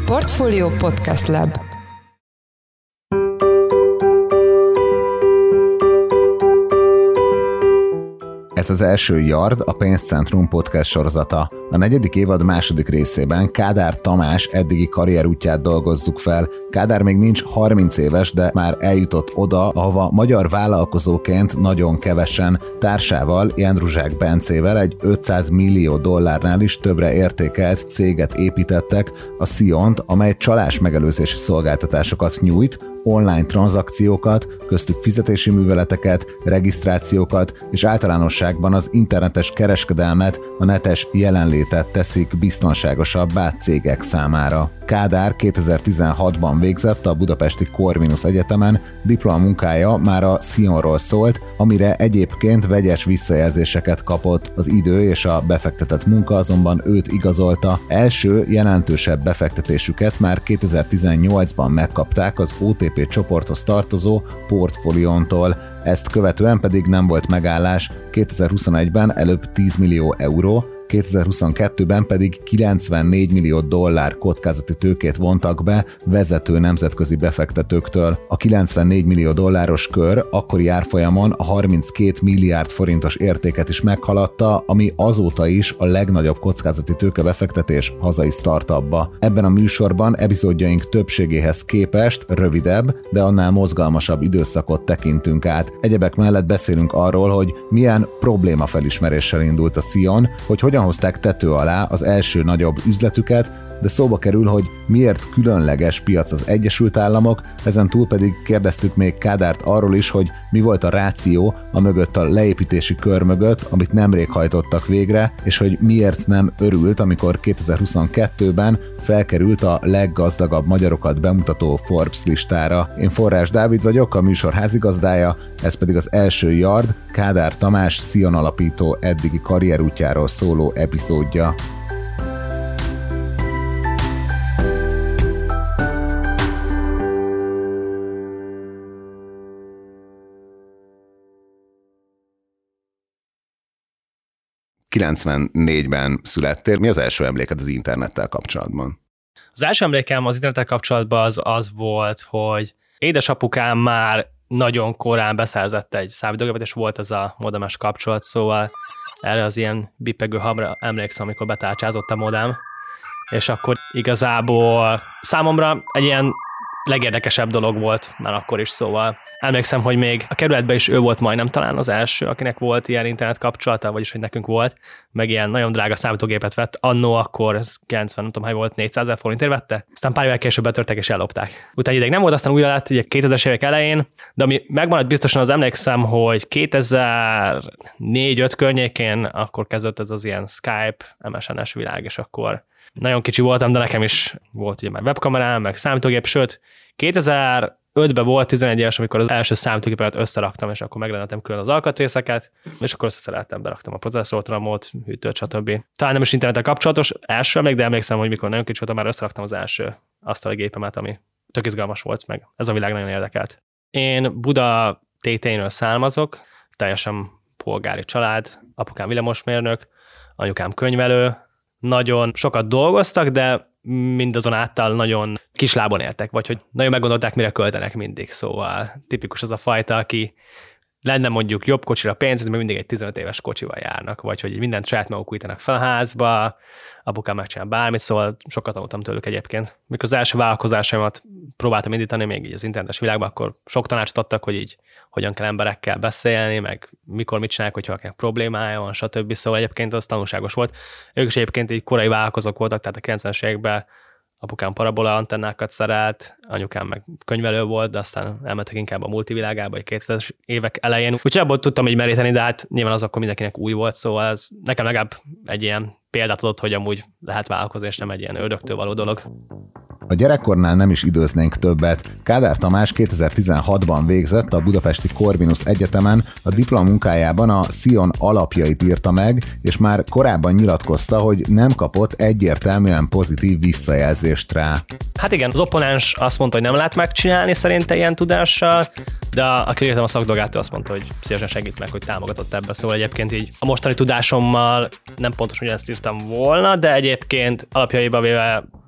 Portfolio Podcast Lab. Ez az első Yard, a Pénzcentrum podcast sorozata. A 4. évad második részében Kádár Tamás eddigi karrierútját dolgozzuk fel. Kádár még nincs 30 éves, de már eljutott oda, ahova magyar vállalkozóként nagyon kevesen társával, Jendruzsák Bencével egy $500 millió is többre értékelt céget építettek, a Sion-t, amely csalás megelőzési szolgáltatásokat nyújt, online tranzakciókat, köztük fizetési műveleteket, regisztrációkat és általánosságban az internetes kereskedelmet, a netes jelenlétet teszik biztonságosabbá cégek számára. Kádár 2016-ban végzett a budapesti Corvinus Egyetemen, diplomamunkája már a Sionról szólt, amire egyébként vegyes visszajelzéseket kapott. Az idő és a befektetett munka azonban őt igazolta. Első jelentősebb befektetésüket már 2018-ban megkapták az OTP csoporthoz tartozó Portfoliontól. Ezt követően pedig nem volt megállás, 2021-ben előbb 10 millió euró, 2022-ben pedig $94 millió kockázati tőkét vontak be vezető nemzetközi befektetőktől. A $94 millió kör akkori árfolyamon a 32 milliárd forintos értéket is meghaladta, ami azóta is a legnagyobb kockázati tőkebefektetés hazai startupba. Ebben a műsorban epizódjaink többségéhez képest rövidebb, de annál mozgalmasabb időszakot tekintünk át. Egyebek mellett beszélünk arról, hogy milyen problémafelismeréssel indult a Sion, hogy hogyan hozták tető alá az első nagyobb üzletüket, de szóba kerül, hogy miért különleges piac az Egyesült Államok, ezen túl pedig kérdeztük még Kádárt arról is, hogy mi volt a ráció a mögött, a leépítési kör mögött, amit nemrég hajtottak végre, és hogy miért nem örült, amikor 2022-ben felkerült a leggazdagabb magyarokat bemutató Forbes listára. Én Forrás Dávid vagyok, a műsor házigazdája, ez pedig az első Yard, Kádár Tamás Sion alapító eddigi karrierútjáról szóló epizódja. ...94-ben születtél. Mi az első emléked az internettel kapcsolatban? Az első emlékem az internettel kapcsolatban az volt, hogy édesapukám már nagyon korán beszerzett egy számítógépet, és volt ez a modemes kapcsolat, szóval erre az ilyen bipegő habra emlékszem, amikor betárcsázott a modem, és akkor igazából számomra egy ilyen legérdekesebb dolog volt már akkor is, szóval emlékszem, hogy még a kerületben is ő volt majdnem talán az első, akinek volt ilyen internet kapcsolata, vagyis hogy nekünk volt, meg ilyen nagyon drága számítógépet vett, annó akkor, ez 90, nem tudom, hogy volt, 400 000 forintért vette, aztán pár évvel később betörtek és ellopták. Utána ideig nem volt, aztán újra lett, ugye 2000-es évek elején, de ami megmaradt biztosan, az emlékszem, hogy 2004-5 környékén akkor kezdődött ez az ilyen Skype, MSN-es világ, és akkor nagyon kicsi voltam, de nekem is volt ugye már webkamerám, meg számítógép, sőt, 2005-ben volt 11 éves, amikor az első számítógépet összeraktam, és akkor megrendeltem külön az alkatrészeket, és akkor összeszereltem, beraktam a processzort, RAM-ot, hűtőt, stb. Talán nem is internettel kapcsolatos első emlék, de emlékszem, hogy mikor nagyon kicsi voltam, már összeraktam az első asztali gépemet, ami tök izgalmas volt, meg ez a világ nagyon érdekelt. Én Buda tétényről származok, teljesen polgári család, apukám villamosmérnök, anyukám könyvelő, nagyon sokat dolgoztak, de mindazonáltal nagyon kislábon éltek, vagy hogy nagyon meggondolták, mire költenek mindig. Szóval tipikus az a fajta, aki lenne mondjuk jobb kocsira pénz, de még mindig egy 15 éves kocsival járnak, vagy hogy mindent saját maguk újítanak fel a házba, apukám megcsinál bármit, szóval sokat tanultam tőlük egyébként. Mikor az első vállalkozásaimat próbáltam indítani még így az internetes világban, akkor sok tanácsot adtak, hogy így hogyan kell emberekkel beszélni, meg mikor mit csinálják, hogyha valakinek problémája van, stb. Szóval egyébként az tanulságos volt. Ők is egyébként így korai vállalkozók voltak, tehát a 90-es években apukám parabola antennákat szerelt, anyukám meg könyvelő volt, de aztán elmentek inkább a multivilágába, 2000-es évek elején. Úgyhogy abból tudtam így meríteni, de hát nyilván az akkor mindenkinek új volt, szóval ez nekem legalább egy ilyen példát adott, hogy amúgy lehet vállalkozni, és nem egy ilyen ördögtől való dolog. A gyerekkornál nem is időznénk többet. Kádár Tamás 2016-ban végzett a budapesti Corvinus Egyetemen, a diplomamunkájában a Sion alapjait írta meg, és már korábban nyilatkozta, hogy nem kapott egyértelműen pozitív visszajelzést rá. Hát igen, az opponens azt mondta, hogy nem lehet megcsinálni szerinte ilyen tudással, de aki írtam a szakdolgától azt mondta, hogy szívesen segít meg, hogy támogatott ebbe. Szóval egyébként így a mostani tudásommal nem pontosan ugyanezt írtam volna, de egyébként alapjaiba véve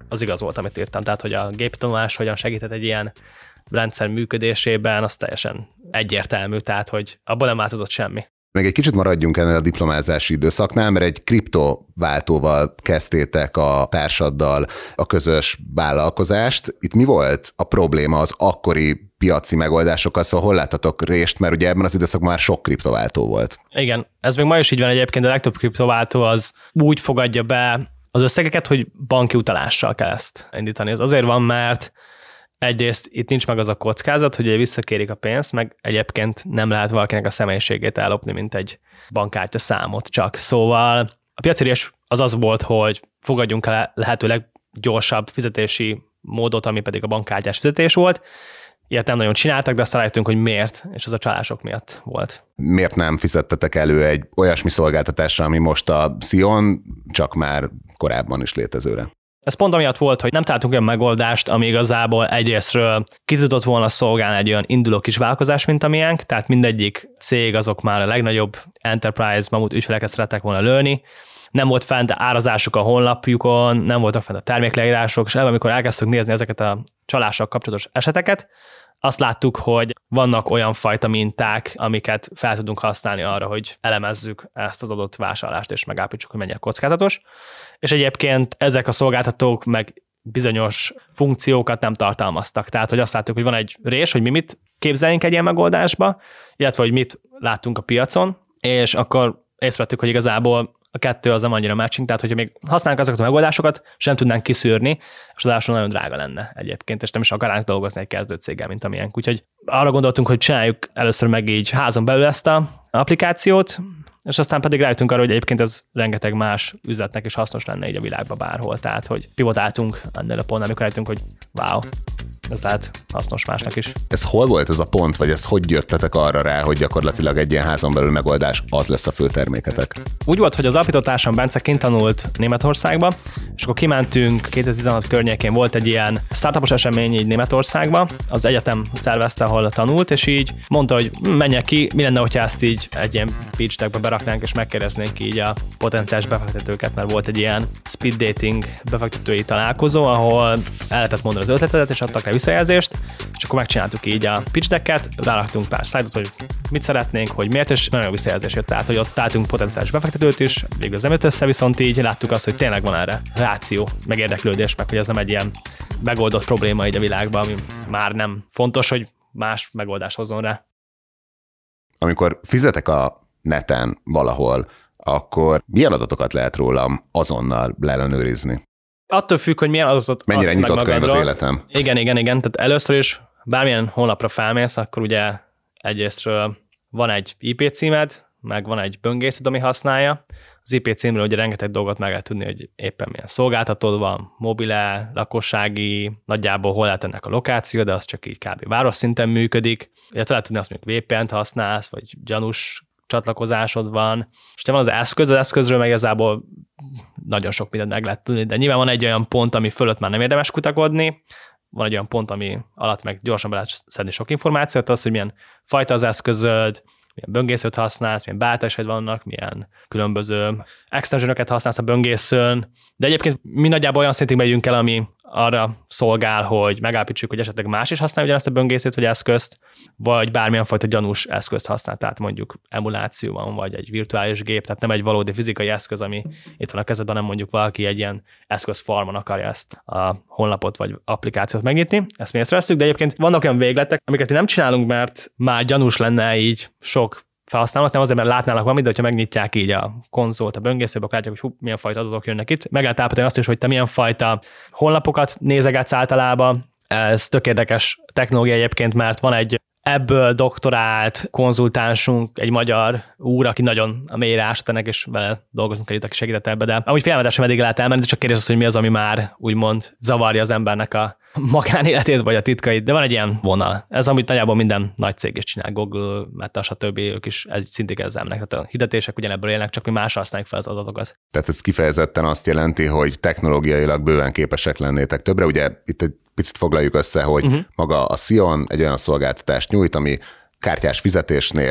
az igaz volt, amit írtam. Tehát, hogy a géptanulás hogyan segített egy ilyen rendszer működésében, az teljesen egyértelmű, tehát, hogy abban nem változott semmi. Még egy kicsit maradjunk ennél a diplomázási időszaknál, mert egy kriptováltóval kezdtétek a társaddal a közös vállalkozást. Itt mi volt a probléma az akkori piaci megoldásokkal, szóval hol láttatok rést, mert ugye ebben az időszakban már sok kriptováltó volt. Igen, ez még ma is így van egyébként, a legtöbb kriptováltó az úgy fogadja be az összegeket, hogy banki utalással kell ezt indítani. Ez azért van, mert egyrészt itt nincs meg az a kockázat, hogy visszakérik a pénzt, meg egyébként nem lehet valakinek a személyiségét ellopni, mint egy bankkártya számot csak. Szóval a piaci rés az volt, hogy fogadjunk el lehetőleg gyorsabb fizetési módot, ami pedig a bankkártyás fizetés volt. Ilyet nem nagyon csináltak, de aztán rájöttünk, hogy miért, és az a csalások miatt volt. Miért nem fizettetek elő egy olyasmi szolgáltatásra, ami most a Sion, csak már korábban is létezőre? Ez pont amiatt volt, hogy nem találtunk olyan megoldást, ami igazából egyrésztről ki tudott volna szolgálni egy olyan induló kis vállalkozás, mint a miénk, tehát mindegyik cég azok már a legnagyobb enterprise mamut ügyfeleket szerettek volna lőni, nem volt fent árazásuk a honlapjukon, nem voltak fent a termékleírások, és amikor elkezdtük nézni ezeket a csalással kapcsolatos eseteket, azt láttuk, hogy vannak olyan fajta minták, amiket fel tudunk használni arra, hogy elemezzük ezt az adott vásárlást, és megállapítsuk, hogy mennyire kockázatos. És egyébként ezek a szolgáltatók meg bizonyos funkciókat nem tartalmaztak. Tehát, hogy azt láttuk, hogy van egy rés, hogy mi mit képzeljünk egy ilyen megoldásba, illetve, hogy mit láttunk a piacon, és akkor észrevettük, hogy igazából a kettő az nem annyira matching, tehát hogyha még használunk azokat a megoldásokat, sem tudnánk kiszűrni, és az nagyon drága lenne egyébként, és nem is akarnánk dolgozni egy kezdőcéggel, mint amilyen. Úgyhogy arra gondoltunk, hogy csináljuk először meg így házon belül ezt az applikációt, és aztán pedig rájöttünk arra, hogy egyébként ez rengeteg más üzletnek is hasznos lenne így a világban bárhol. Tehát, hogy pivotáltunk ennél a pontnál, amikor rájöttünk, hogy wow, ez lehet hasznos másnak is. Ez hol volt ez a pont, vagy ez hogy jöttetek arra rá, hogy gyakorlatilag egy ilyen házon belül megoldás az lesz a fő terméketek? Úgy volt, hogy az alapítótársam Bence kint tanult Németországba, és akkor kimentünk 2016 környékén, volt egy ilyen startupos esemény így Németországba, az egyetem szervezte, ahol tanult, és így mondta, hogy menjek ki, mi lenne, hogyha ezt így egy ilyen pitch deckbe beraknánk, és megkérdeznénk így a potenciális befektetőket, mert volt egy ilyen speed dating befektetői találkozó, ahol el lehetett mondani az ötletedet, és adtak rá visszajelzést, és akkor megcsináltuk így a pitch decket, ráraktunk pár szlájdot, hogy mit szeretnénk, hogy miért, és nagyon jó visszajelzés jött, tehát hogy ott találtunk potenciális befektetőt is, végül az nem jött össze, viszont így láttuk azt, hogy tényleg van erre ráció, meg érdeklődés, meg hogy ez nem egy ilyen megoldott probléma így a világban, ami már nem fontos, hogy más megoldást hozzon rá. Amikor fizetek a neten valahol, akkor milyen adatokat lehet rólam azonnal leellenőrizni? Attól függ, hogy milyen adatot mennyire nyitott könyv az életem. Igen. Tehát először is bármilyen honlapra felmész, akkor ugye egyrésztről van egy IP címed, meg van egy böngésződ, ami használja. Az IP címről ugye rengeteg dolgot meg lehet tudni, hogy éppen milyen szolgáltatód van, mobile, lakossági, nagyjából hol lehet ennek a lokáció, de az csak így kb. Város szinten működik. Illetve lehet tudni azt, hogy VPN-t használsz, vagy gyanús csatlakozásod van. És te van az eszközről meg igazából nagyon sok mindent meg lehet tudni, de nyilván van egy olyan pont, ami fölött már nem érdemes kutakodni, van egy olyan pont, ami alatt meg gyorsan be lehet szedni sok információt, az, hogy milyen fajta az eszközöd, milyen böngészőt használsz, milyen beállításod vannak, milyen különböző extensionöket használsz a böngészőn, de egyébként mi nagyjából olyan szintig megyünk el, ami arra szolgál, hogy megállapítsuk, hogy esetleg más is használja ugyanezt a böngészőt vagy eszközt, vagy bármilyen fajta gyanús eszközt használ, tehát mondjuk emuláció van, vagy egy virtuális gép, tehát nem egy valódi fizikai eszköz, ami itt van a kezedben, hanem mondjuk valaki egy ilyen eszközfarmon akarja ezt a honlapot vagy applikációt megnyitni. Ezt mi észreveszünk, de egyébként vannak olyan végletek, amiket mi nem csinálunk, mert már gyanús lenne így sok felhasználók, nem azért, mert látnának valamit, de hogyha megnyitják így a konzolt, a böngészőbe, akkor látják, hogy milyen fajta adatok jönnek itt. Meg lehet állapítani azt is, hogy te milyen fajta honlapokat nézegetsz általában. Ez tök érdekes technológia egyébként, mert van egy ebből doktorált konzultánsunk, egy magyar úr, aki nagyon a mélyre ásott ennek, és vele dolgozunk együtt, aki segített ebbe, de amúgy félelmetesen meddig lehet elmenni, de csak kérdés az, hogy mi az, ami már úgymond zavarja az embernek a magánéletét, vagy a titkait, de van egy ilyen vonal. Ez, amit nagyjából minden nagy cég is csinál, Google, Meta, stb. Ők is szintig ezzel mennek. Tehát a hirdetések ugyanebből élnek, csak mi másra használjuk fel az adatokat. Tehát ez kifejezetten azt jelenti, hogy technológiailag bőven képesek lennétek többre. Ugye itt egy picit foglaljuk össze, hogy maga a Sion egy olyan szolgáltatást nyújt, ami kártyás fizetésnél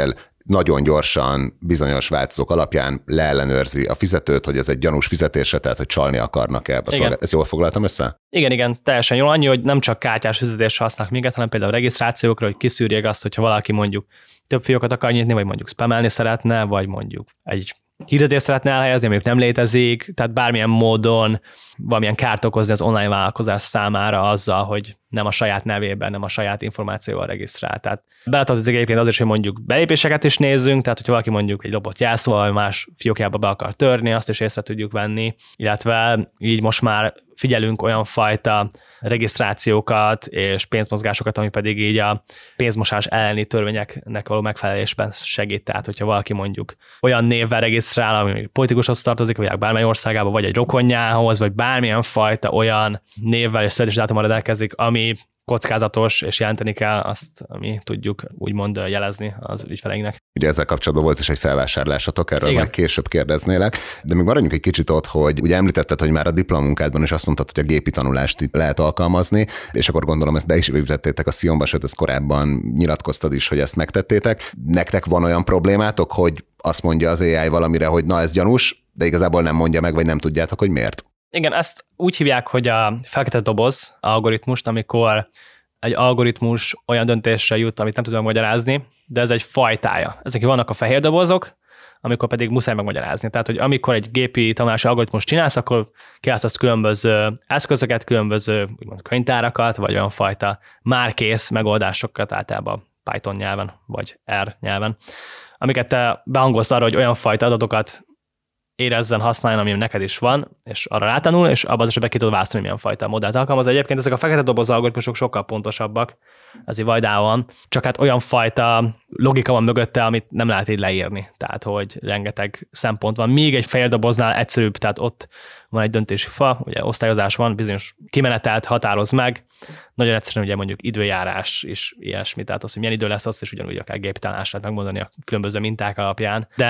nagyon gyorsan bizonyos változók alapján leellenőrzi a fizetőt, hogy ez egy gyanús fizetése, tehát hogy csalni akarnak ebbe. Szóval ezt jól foglaltam össze? Igen, teljesen jól. Annyi, hogy nem csak kártyás fizetésre használnak minket, hanem például regisztrációkra, hogy kiszűrjék azt, hogyha valaki mondjuk több fiókot akar nyitni, vagy mondjuk spamelni szeretne, vagy mondjuk egy hirdetést szeretne elhelyezni, amelyik nem létezik, tehát bármilyen módon valamilyen kárt okozni az online vállalkozás számára azzal, hogy nem a saját nevében, nem a saját információval regisztrál. Tehát beletartozik egyébként az is, hogy mondjuk belépéseket is nézzünk, tehát hogyha valaki mondjuk egy lopott jelszóval, vagy más fiókjába be akar törni, azt is észre tudjuk venni, illetve így most már figyelünk olyan fajta regisztrációkat és pénzmozgásokat, ami pedig így a pénzmosás elleni törvényeknek való megfelelésben segít. Tehát, hogyha valaki mondjuk olyan névvel regisztrál, ami politikushoz tartozik, vagy bármely országába, vagy egy rokonjához, vagy bármilyen fajta olyan névvel és születési dátummal rendelkezik, ami kockázatos, és jelenteni kell, azt mi tudjuk úgymond jelezni az ügyfeleinknek. Ugye ezzel kapcsolatban volt is egy felvásárlásatok, erről majd később kérdeznélek, de még maradjunk egy kicsit ott, hogy ugye említetted, hogy már a diplomunkádban is azt mondtad, hogy a gépi tanulást itt lehet alkalmazni, és akkor gondolom ezt be is ütettétek a Sionba, sőt, ezt korábban nyilatkoztad is, hogy ezt megtettétek. Nektek van olyan problémátok, hogy azt mondja az AI valamire, hogy na ez gyanús, de igazából nem mondja meg, vagy nem tudjátok, hogy miért? Igen, ezt úgy hívják, hogy a fekete doboz algoritmust, amikor egy algoritmus olyan döntésre jut, amit nem tudom magyarázni, de ez egy fajtája. Ezek vannak a fehér dobozok, amikor pedig muszáj megmagyarázni. Tehát, hogy amikor egy gépi tanulási algoritmust csinálsz, akkor kiállsz különböző eszközöket, különböző úgymond könyvtárakat, vagy olyan fajta már kész megoldásokat általában Python nyelven, vagy R nyelven, amiket te behangolsz arra, hogy olyan fajta adatokat érezzen, használjon, ami neked is van, és arra rátanul, és abban az esetben ki tudod választani, milyen fajta modellt alkalmaz. Egyébként ezek a fekete doboz algoritmusok sokkal pontosabbak, ez így vajdában, csak hát olyan fajta logika van mögötte, amit nem lehet így leírni. Tehát, hogy rengeteg szempont van. Még egy fehér doboznál egyszerűbb, tehát ott van egy döntési fa, ugye osztályozás van, bizonyos kimenetelt határoz meg, nagyon egyszerűen ugye mondjuk időjárás is ilyesmi, tehát az, hogy milyen idő lesz, azt is ugyanúgy akár gépi tanulás lehet megmondani a különböző minták alapján. De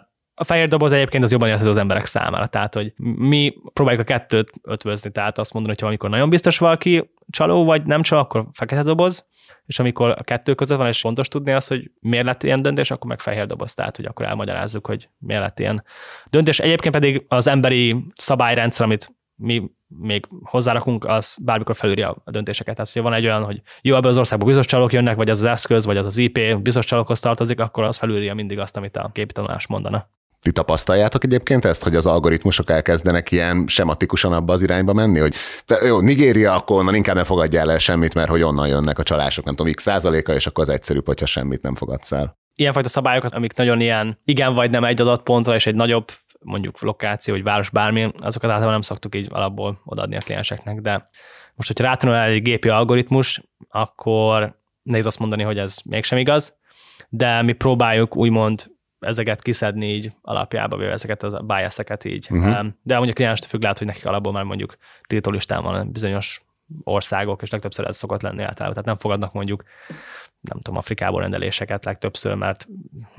a fehér doboz egyébként az jobban érthető az emberek számára, tehát hogy mi próbáljuk a kettőt ötvözni, tehát azt mondani, hogy amikor nagyon biztos valaki csaló vagy nem csaló, akkor fekete doboz, és amikor a kettő között van, és fontos tudni azt, hogy miért lett ilyen döntés, akkor meg fehér doboz, tehát hogy akkor elmagyarázzuk, hogy miért lett ilyen döntés. Egyébként pedig az emberi szabályrendszer, amit mi még hozzárakunk, az bármikor felülírja a döntéseket. Tehát, hogyha van egy olyan, hogy jó, ebből az országból biztos csalók jönnek, vagy az eszköz, vagy az IP biztos csalókhoz tartozik, akkor az felülírja mindig azt, amit a gépi tanulás mondana. Ti tapasztaljátok egyébként ezt, hogy az algoritmusok elkezdenek ilyen sematikusan abba az irányba menni, hogy jó, Nigéria, akkor onnan inkább ne fogadjál el semmit, mert hogy onnan jönnek a csalások, nem tudom, x%, és akkor az egyszerűbb, hogyha semmit nem fogadsz el. Ilyenfajta szabályokat, amik nagyon ilyen igen vagy nem egy adott pontra, és egy nagyobb mondjuk lokáció, vagy város bármi, azokat általában nem szoktuk így alapból odaadni a klienseknek, de most, hogyha rátanul el egy gépi algoritmus, akkor nehéz azt mondani, hogy ez mégsem igaz, de mi próbáljuk úgymond ezeket kiszedni így alapjába, vagy ezeket a bias-eket így. De mondjuk klienstől függ, lehet, hogy nekik alapból már mondjuk tiltólistán van bizonyos országok, és legtöbbször ez szokott lenni általában. Tehát nem fogadnak mondjuk, nem tudom, Afrikából rendeléseket legtöbbször, mert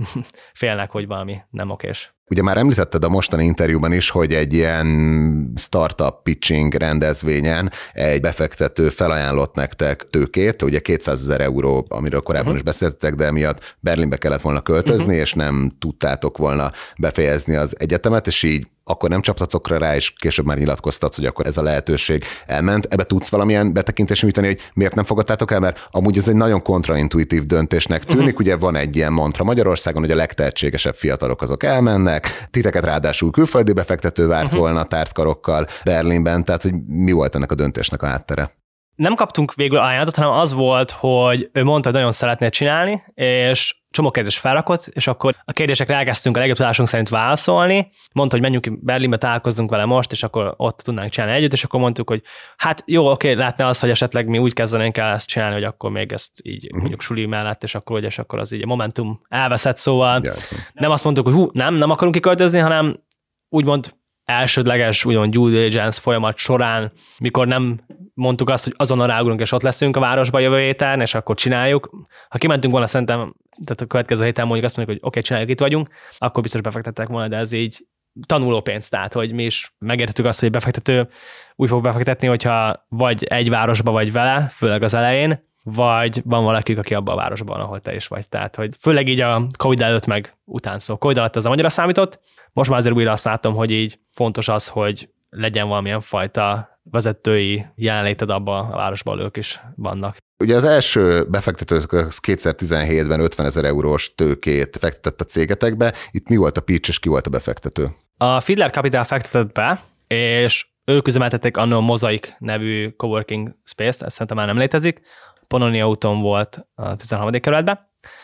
félnek, hogy valami nem okés. Ugye már említetted a mostani interjúban is, hogy egy ilyen startup pitching rendezvényen egy befektető felajánlott nektek tőkét, ugye 200 000 euró, amiről korábban is beszéltetek, de emiatt Berlinbe kellett volna költözni, és nem tudtátok volna befejezni az egyetemet, és így akkor nem csaptatok rá, és később már nyilatkoztat, hogy akkor ez a lehetőség elment. Ebbe tudsz valamilyen betekintést nyújtani, hogy miért nem fogadtátok el, mert amúgy ez egy nagyon kontraintuitív döntésnek tűnik. Ugye van egy ilyen mantra Magyarországon, hogy a legtehetségesebb fiatalok azok elmennek, titeket ráadásul külföldi befektető várt volna tártkarokkal Berlinben, tehát hogy mi volt ennek a döntésnek a háttere? Nem kaptunk végül ajánlatot, hanem az volt, hogy ő mondta, hogy nagyon szeretné csinálni, és csomó kérdés felrakott, és akkor a kérdésekre elkezdtünk a legjobb tudásunk szerint válaszolni. Mondta, hogy menjünk Berlinbe, találkozzunk vele most, és akkor ott tudnánk csinálni együtt, és akkor mondtuk, hogy hát jó, oké, lehetne az, hogy esetleg mi úgy kezdenénk el ezt csinálni, hogy akkor még ezt így mondjuk suli mellett, és akkor az így a momentum elveszett, szóval nem azt mondtuk, hogy nem akarunk kiköltözni, hanem úgymond elsődleges, úgymond due diligence folyamat során, mikor nem mondtuk azt, hogy azonnal ráugrunk, és ott leszünk a városba jövő héten, és akkor csináljuk. Ha kimentünk volna, szerintem, tehát a következő héten mondjuk azt mondjuk, hogy oké, csináljuk, itt vagyunk, akkor biztos befektettek volna, de ez így tanulópénz, tehát hogy mi is megértettük azt, hogy befektető úgy fog befektetni, hogyha vagy egy városba vagy vele, főleg az elején, vagy van valakik, aki abban a városban, ahol te is vagy. Tehát, hogy főleg így a Covid előtt meg után szó. Covid alatt ez a magyarra számított. Most már azért újra azt látom, hogy így fontos az, hogy legyen valamilyen fajta vezetői jelenléted abban a városban, ők is vannak. Ugye az első befektetők 2017-ben 50 000 eurós tőkét fektetett a cégetekbe. Itt mi volt a pitch, és ki volt a befektető? A Fiedler Capital fektetett be, és ők üzemeltették annó a Mosaic nevű coworking space-t, ez szerintem már nem létezik. Pannonia úton volt a 13. kerületben,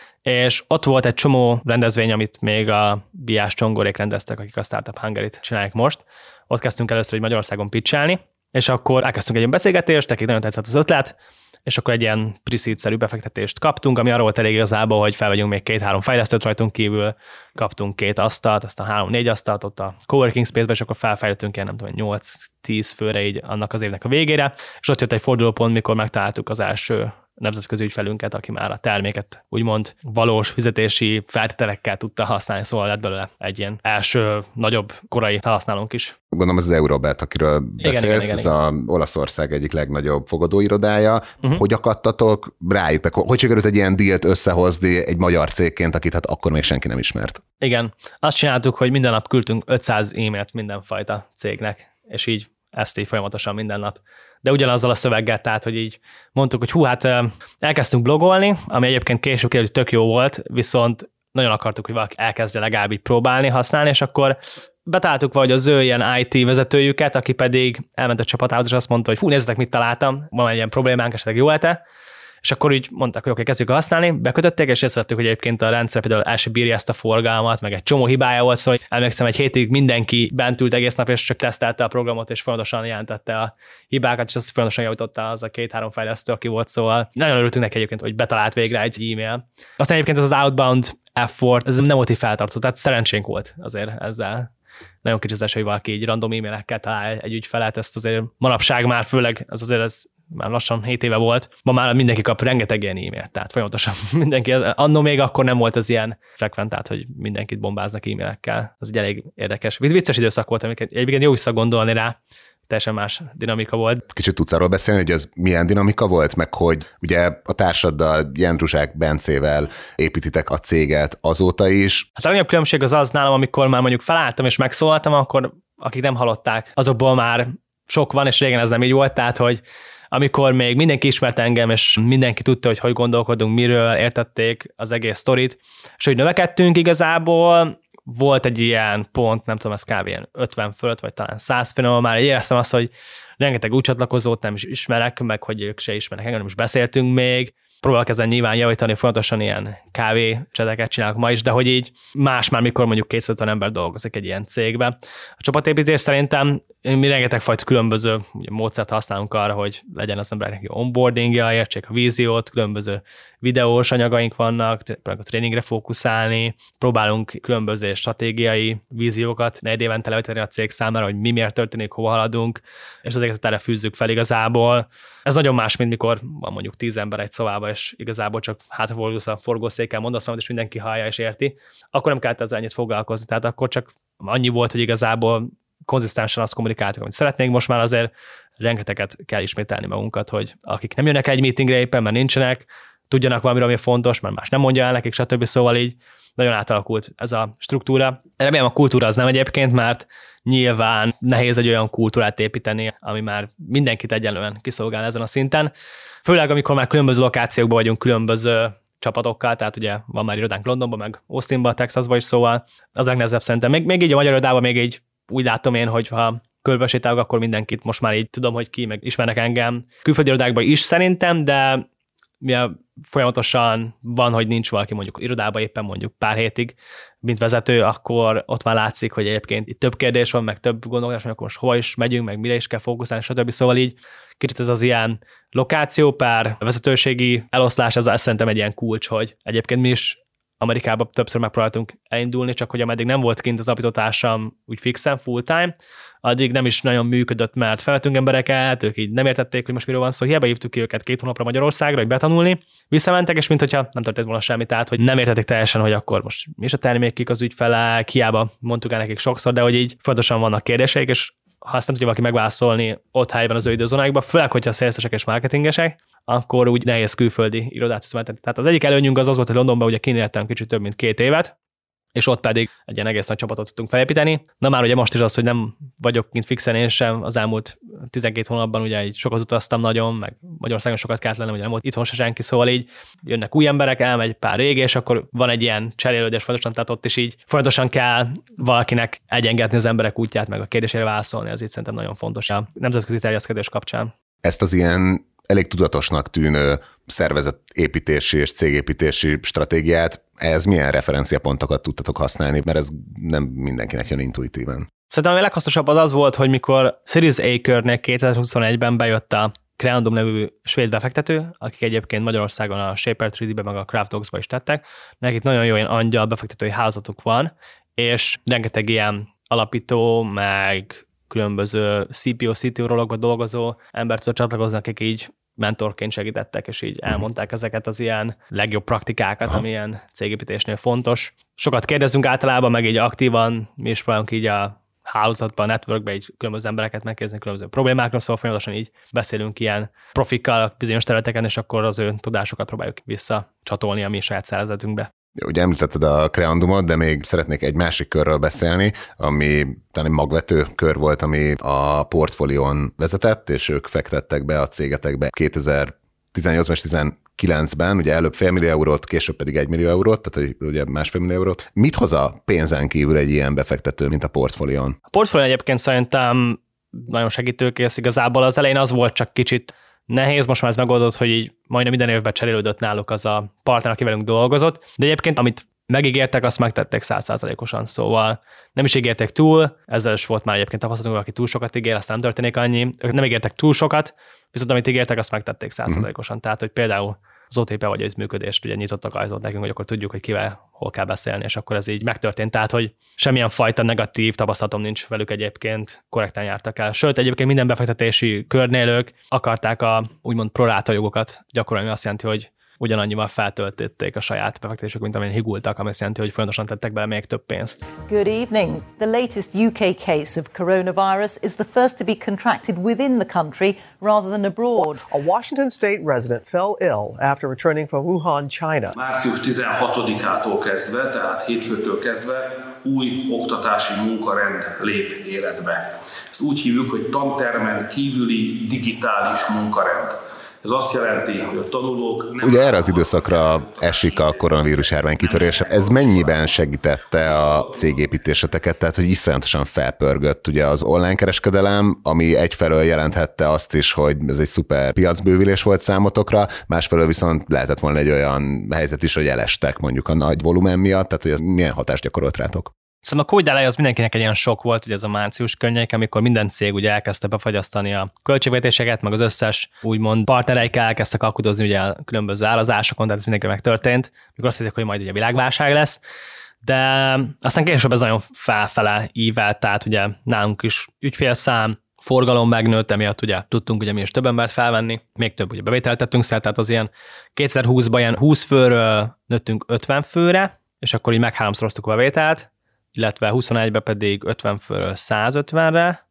és ott volt egy csomó rendezvény, amit még a Biás Csongorék rendeztek, akik a Startup Hungary-t csinálják most. Ott kezdtünk először egy Magyarországon pitchelni, és akkor elkezdtünk egy ilyen beszélgetést, nekik nagyon tetszett az ötlet, és akkor egy ilyen pre-seed-szerű befektetést kaptunk, ami arról volt elég igazából, hogy felvegyünk még 2-3 fejlesztőt rajtunk kívül, kaptunk 2 asztalt, aztán 3-4 asztalt ott a coworking space-be, és akkor felfejlettünk ilyen, nem tudom, 8-10 főre így annak az évnek a végére, és ott jött egy fordulópont, mikor megtaláltuk az első nemzetközi ügyfelünket, aki már a terméket úgymond valós fizetési feltételekkel tudta használni, szóval lett belőle egy ilyen első nagyobb korai felhasználónk is. Gondolom ez az Eurobet, akiről beszélsz, igen. ez az Olaszország egyik legnagyobb fogadóirodája. Hogy akadtatok rájuk, meg hogy sikerült egy ilyen dílt összehozni egy magyar cégként, akit hát akkor még senki nem ismert? Igen, azt csináltuk, hogy minden nap küldtünk 500 e-mailt mindenfajta cégnek, és így ezt így folyamatosan minden nap. De ugyanazzal a szöveggel, tehát, hogy így mondtuk, hogy hát elkezdtünk blogolni, ami egyébként később kiderült, hogy tök jó volt, viszont nagyon akartuk, hogy valaki elkezdje legalább így próbálni, használni, és akkor betaláltuk valahogy az ő ilyen IT vezetőjüket, aki pedig elment a csapatához, és azt mondta, hogy nézzetek, mit találtam, van egy ilyen problémánk, esetleg jó-e? És akkor így mondták, hogy oké, kezdjük használni, bekötötték, és észrevettük, hogy egyébként a rendszer például el sem bírja ezt a forgalmat, meg egy csomó hibája volt, szóval emlékszem, egy hétig mindenki bent ült egész nap, és csak tesztelte a programot, és folyamatosan jelentette a hibákat, és azt folyamatosan javította az a 2-3 fejlesztő, aki volt, szóval nagyon örültünk neki egyébként, hogy betalált végre egy e-mail. Aztán egyébként ez az outbound effort, ez nem volt így feltartó, tehát szerencsénk volt azért ezzel. Nagyon kicsi az esély, hogy valaki így random e-mailekkel talál egy ügyfelet, ezt azért manapság már főleg, ez már lassan 7 éve volt, ma már mindenki kap rengeteg ilyen e-mailt, tehát folyamatosan mindenki, annó még akkor nem volt ez ilyen frekventált, hogy mindenkit bombáznak e-mailekkel. Ez egy elég érdekes. Vicces időszak volt, amiket egyébként jó visszagondolni rá, teljesen más dinamika volt. Kicsit tudsz arról beszélni, hogy ez milyen dinamika volt, meg hogy ugye a társaddal, Jendrusák Bencével építitek a céget azóta is. A legnagyobb különbség az nálam, amikor már mondjuk felálltam és megszólaltam, akkor akik nem hallották, azokból már sok van, és régen ez nem így volt, tehát hogy amikor még mindenki ismert engem, és mindenki tudta, hogy gondolkodunk, miről értették az egész sztorit, és hogy növekedtünk igazából, volt egy ilyen pont, nem tudom, ez kb. 50 fölött, vagy talán 100 főn, már éreztem azt, hogy rengeteg új csatlakozót nem is ismerek, meg hogy ők se ismernek engem, nem is beszéltünk még. Próbálok ezen nyilván javítani, folyamatosan ilyen kávécseteket csinálok ma is, de hogy így más már, mikor mondjuk 250 ember dolgozik egy ilyen cégben. A csapatépítés szerintem mi rengeteg fajta különböző módszert használunk arra, hogy legyen az embereknek jó onboardingja, értsék a víziót, különböző videós anyagaink vannak, próbálunk a tréningre fókuszálni, próbálunk különböző stratégiai víziókat 4 évente levetni a cég számára, hogy mi miért történik, hova haladunk, és ezeket erre fűzzük fel igazából. Ez nagyon más, mint mikor van mondjuk 10 ember egy szobában, és igazából csak hátrafordulsz a forgószékkel, mondasz valamit, és mindenki hallja és érti. Akkor nem kellett ezzel ennyit foglalkozni, tehát akkor csak annyi volt, hogy igazából konzisztensen azt kommunikáltuk, amit szeretnénk. Most már azért rengeteget kell ismételni magunkat, hogy akik nem jönnek egy meetingre éppen, mert nincsenek, tudjanak valamiről, ami fontos, mert más nem mondja el nekik, stb. Szóval így nagyon átalakult ez a struktúra. Remélem a kultúra az nem egyébként, mert nyilván nehéz egy olyan kultúrát építeni, ami már mindenkit egyenlően kiszolgál ezen a szinten. Főleg, amikor már különböző lokációkban vagyunk, különböző csapatokkal, tehát ugye van már irodánk Londonban, meg Austinban, Texasban is, szóval az legnehezebb szerintem. Még így a magyar irodában még így úgy látom én, hogy ha körbesétálok, akkor mindenkit most már így tudom, hogy ki, meg ismernek engem. Külföldi irodákban is szerintem, de folyamatosan van, hogy nincs valaki mondjuk irodában éppen mondjuk pár hétig, mint vezető, akkor ott már látszik, hogy egyébként itt több kérdés van, meg több gondolkodás, hogy akkor most hova is megyünk, meg mire is kell fókuszálni, stb. Szóval így kicsit ez az ilyen lokáció pár vezetőségi eloszlás, ez szerintem egy ilyen kulcs, hogy egyébként mi is Amerikában többször megpróbáltunk elindulni, csak hogy ameddig nem volt kint az apítótársam úgy fixen, full time, addig nem is nagyon működött, mert felvettünk embereket, ők így nem értették, hogy most miről van szó, hiába hívtuk ki őket 2 hónapra Magyarországra, hogy betanulni, visszamentek, és mintha nem történt volna semmi, tehát hogy nem értették teljesen, hogy akkor most mi is a termékük az ügyfelek, hiába mondtuk el nekik sokszor, de hogy így fontosan vannak kérdéseik, és ha azt nem tudja valaki megválaszolni ott helyben az ő időzónáikban, főleg, hogyha szélszesek és marketingesek, akkor úgy nehéz külföldi irodát üzemeltetni. Tehát az egyik előnyünk az volt, hogy Londonban ugye kinéltem kicsit több mint 2 évet, és ott pedig egy ilyen egész nagy csapatot tudtunk felépíteni. Na már ugye most is az, hogy nem vagyok kint fixen én sem, az elmúlt 12 hónapban ugye így sokat utaztam nagyon, meg Magyarországon sokat kellett lennem, ugye nem volt itthon se senki, szóval így jönnek új emberek, elmegy pár régi, és akkor van egy ilyen cserélődés folyamatosan, tehát ott is így folyamatosan kell valakinek egyengetni az emberek útját, meg a kérdésére válaszolni, ez itt szerintem nagyon fontos a nemzetközi terjeszkedés kapcsán. Ezt az ilyen elég tudatosnak tűnő szervezetépítési és cégépítési stratégiát, ehhez milyen referenciapontokat tudtatok használni, mert ez nem mindenkinek jön intuitíven. Szerintem a leghasznosabb az volt, hogy mikor Series A körnél 2021-ben bejött a Creandum nevű svéd befektető, akik egyébként Magyarországon a Shaper 3D-be meg a Craftox-ba is tettek, nekik nagyon jó ilyen angyal befektetői házatuk van, és rengeteg ilyen alapító, meg különböző CPO, CTO rolokba dolgozó embert tudott csatlakozni, akik így mentorként segítettek, és így elmondták ezeket az ilyen legjobb praktikákat, ami ilyen cégépítésnél fontos. Sokat kérdezünk általában, meg így aktívan, mi is próbálunk így a hálózatban, a networkben így különböző embereket megkérdezni különböző problémákról, szóval folyamatosan így beszélünk ilyen profikkal bizonyos területeken, és akkor az ő tudásokat próbáljuk visszacsatolni a mi saját szervezetünkbe. Ugye említetted a Creandumot, de még szeretnék egy másik körről beszélni, ami talán egy magvető kör volt, ami a portfólión vezetett, és ők fektettek be a cégetekbe 2018-ban és 2019-ben, ugye előbb $500 000, később pedig $1 millió, tehát ugye $1,5 millió. Mit hoz a pénzen kívül egy ilyen befektető, mint a portfólión? A portfólión egyébként szerintem nagyon segítőkész, igazából az elején az volt csak kicsit nehéz, most már ez megoldott, hogy így majdnem minden évben cserélődött náluk az a partner, aki velünk dolgozott, de egyébként amit megígértek, azt megtették 100%-osan, szóval nem is ígérték túl, ezzel is volt már egyébként tapasztalatunk, aki túl sokat ígér, aztán nem történik annyi, ők nem ígértek túl sokat, viszont amit ígértek, azt megtették 100%-osan, tehát hogy például az OTP vagy együttműködést ugye nyitottak ajtót nekünk, hogy akkor tudjuk, hogy kivel hol kell beszélni, és akkor ez így megtörtént. Tehát, hogy semmilyen fajta negatív tapasztalatom nincs velük egyébként, korrekten jártak el. Sőt, egyébként minden befektetési körnél ők akarták a úgymond proráta jogokat gyakorolni, azt jelenti, hogy ugyanannyival feltöltötték a saját befektetésük, mint amilyen higultak, ami azt jelenti, hogy folyamatosan tettek bele még több pénzt. Good evening. The latest UK case of coronavirus is the first to be contracted within the country rather than abroad. A Washington state resident fell ill after returning from Wuhan, China. Március 16-ától kezdve, tehát hétfőtől kezdve új oktatási munkarend lép életbe. Ezt úgy hívjuk, hogy tantermen kívüli digitális munkarend. Ez azt jelenti, hogy a tanulók... Ugye erre az időszakra esik a koronavírus járvány kitörése. Ez mennyiben segítette a cégépítéseteket, tehát hogy iszonyatosan felpörgött ugye az online kereskedelem, ami egyfelől jelenthette azt is, hogy ez egy szuper piacbővülés volt számotokra, másfelől viszont lehetett volna egy olyan helyzet is, hogy elestek mondjuk a nagy volumen miatt, tehát hogy ez milyen hatást gyakorolt rátok? Szóval a Covid elején az mindenkinek egy ilyen sok volt, ugye ez a március környék, amikor minden cég ugye elkezdte befagyasztani a költségvetéseket, meg az összes úgymond partnereikkel elkezdtek alkudozni ugye a különböző árazásokon, tehát ez mindenki megtörtént, mikor azt hitték, hogy majd ugye világválság lesz, de aztán később ez nagyon felfele ívelt, tehát ugye nálunk is ügyfélszám, forgalom megnőtt, emiatt ugye tudtunk ugye mi is több embert felvenni, még több ugye bevételt tettünk szert, tehát az ilyen 2020-ban ilyen 20 főről nőttünk 50 főre, és akkor így megháromszoroztuk a bevételt, illetve 21-ben pedig 50 főről 150-re,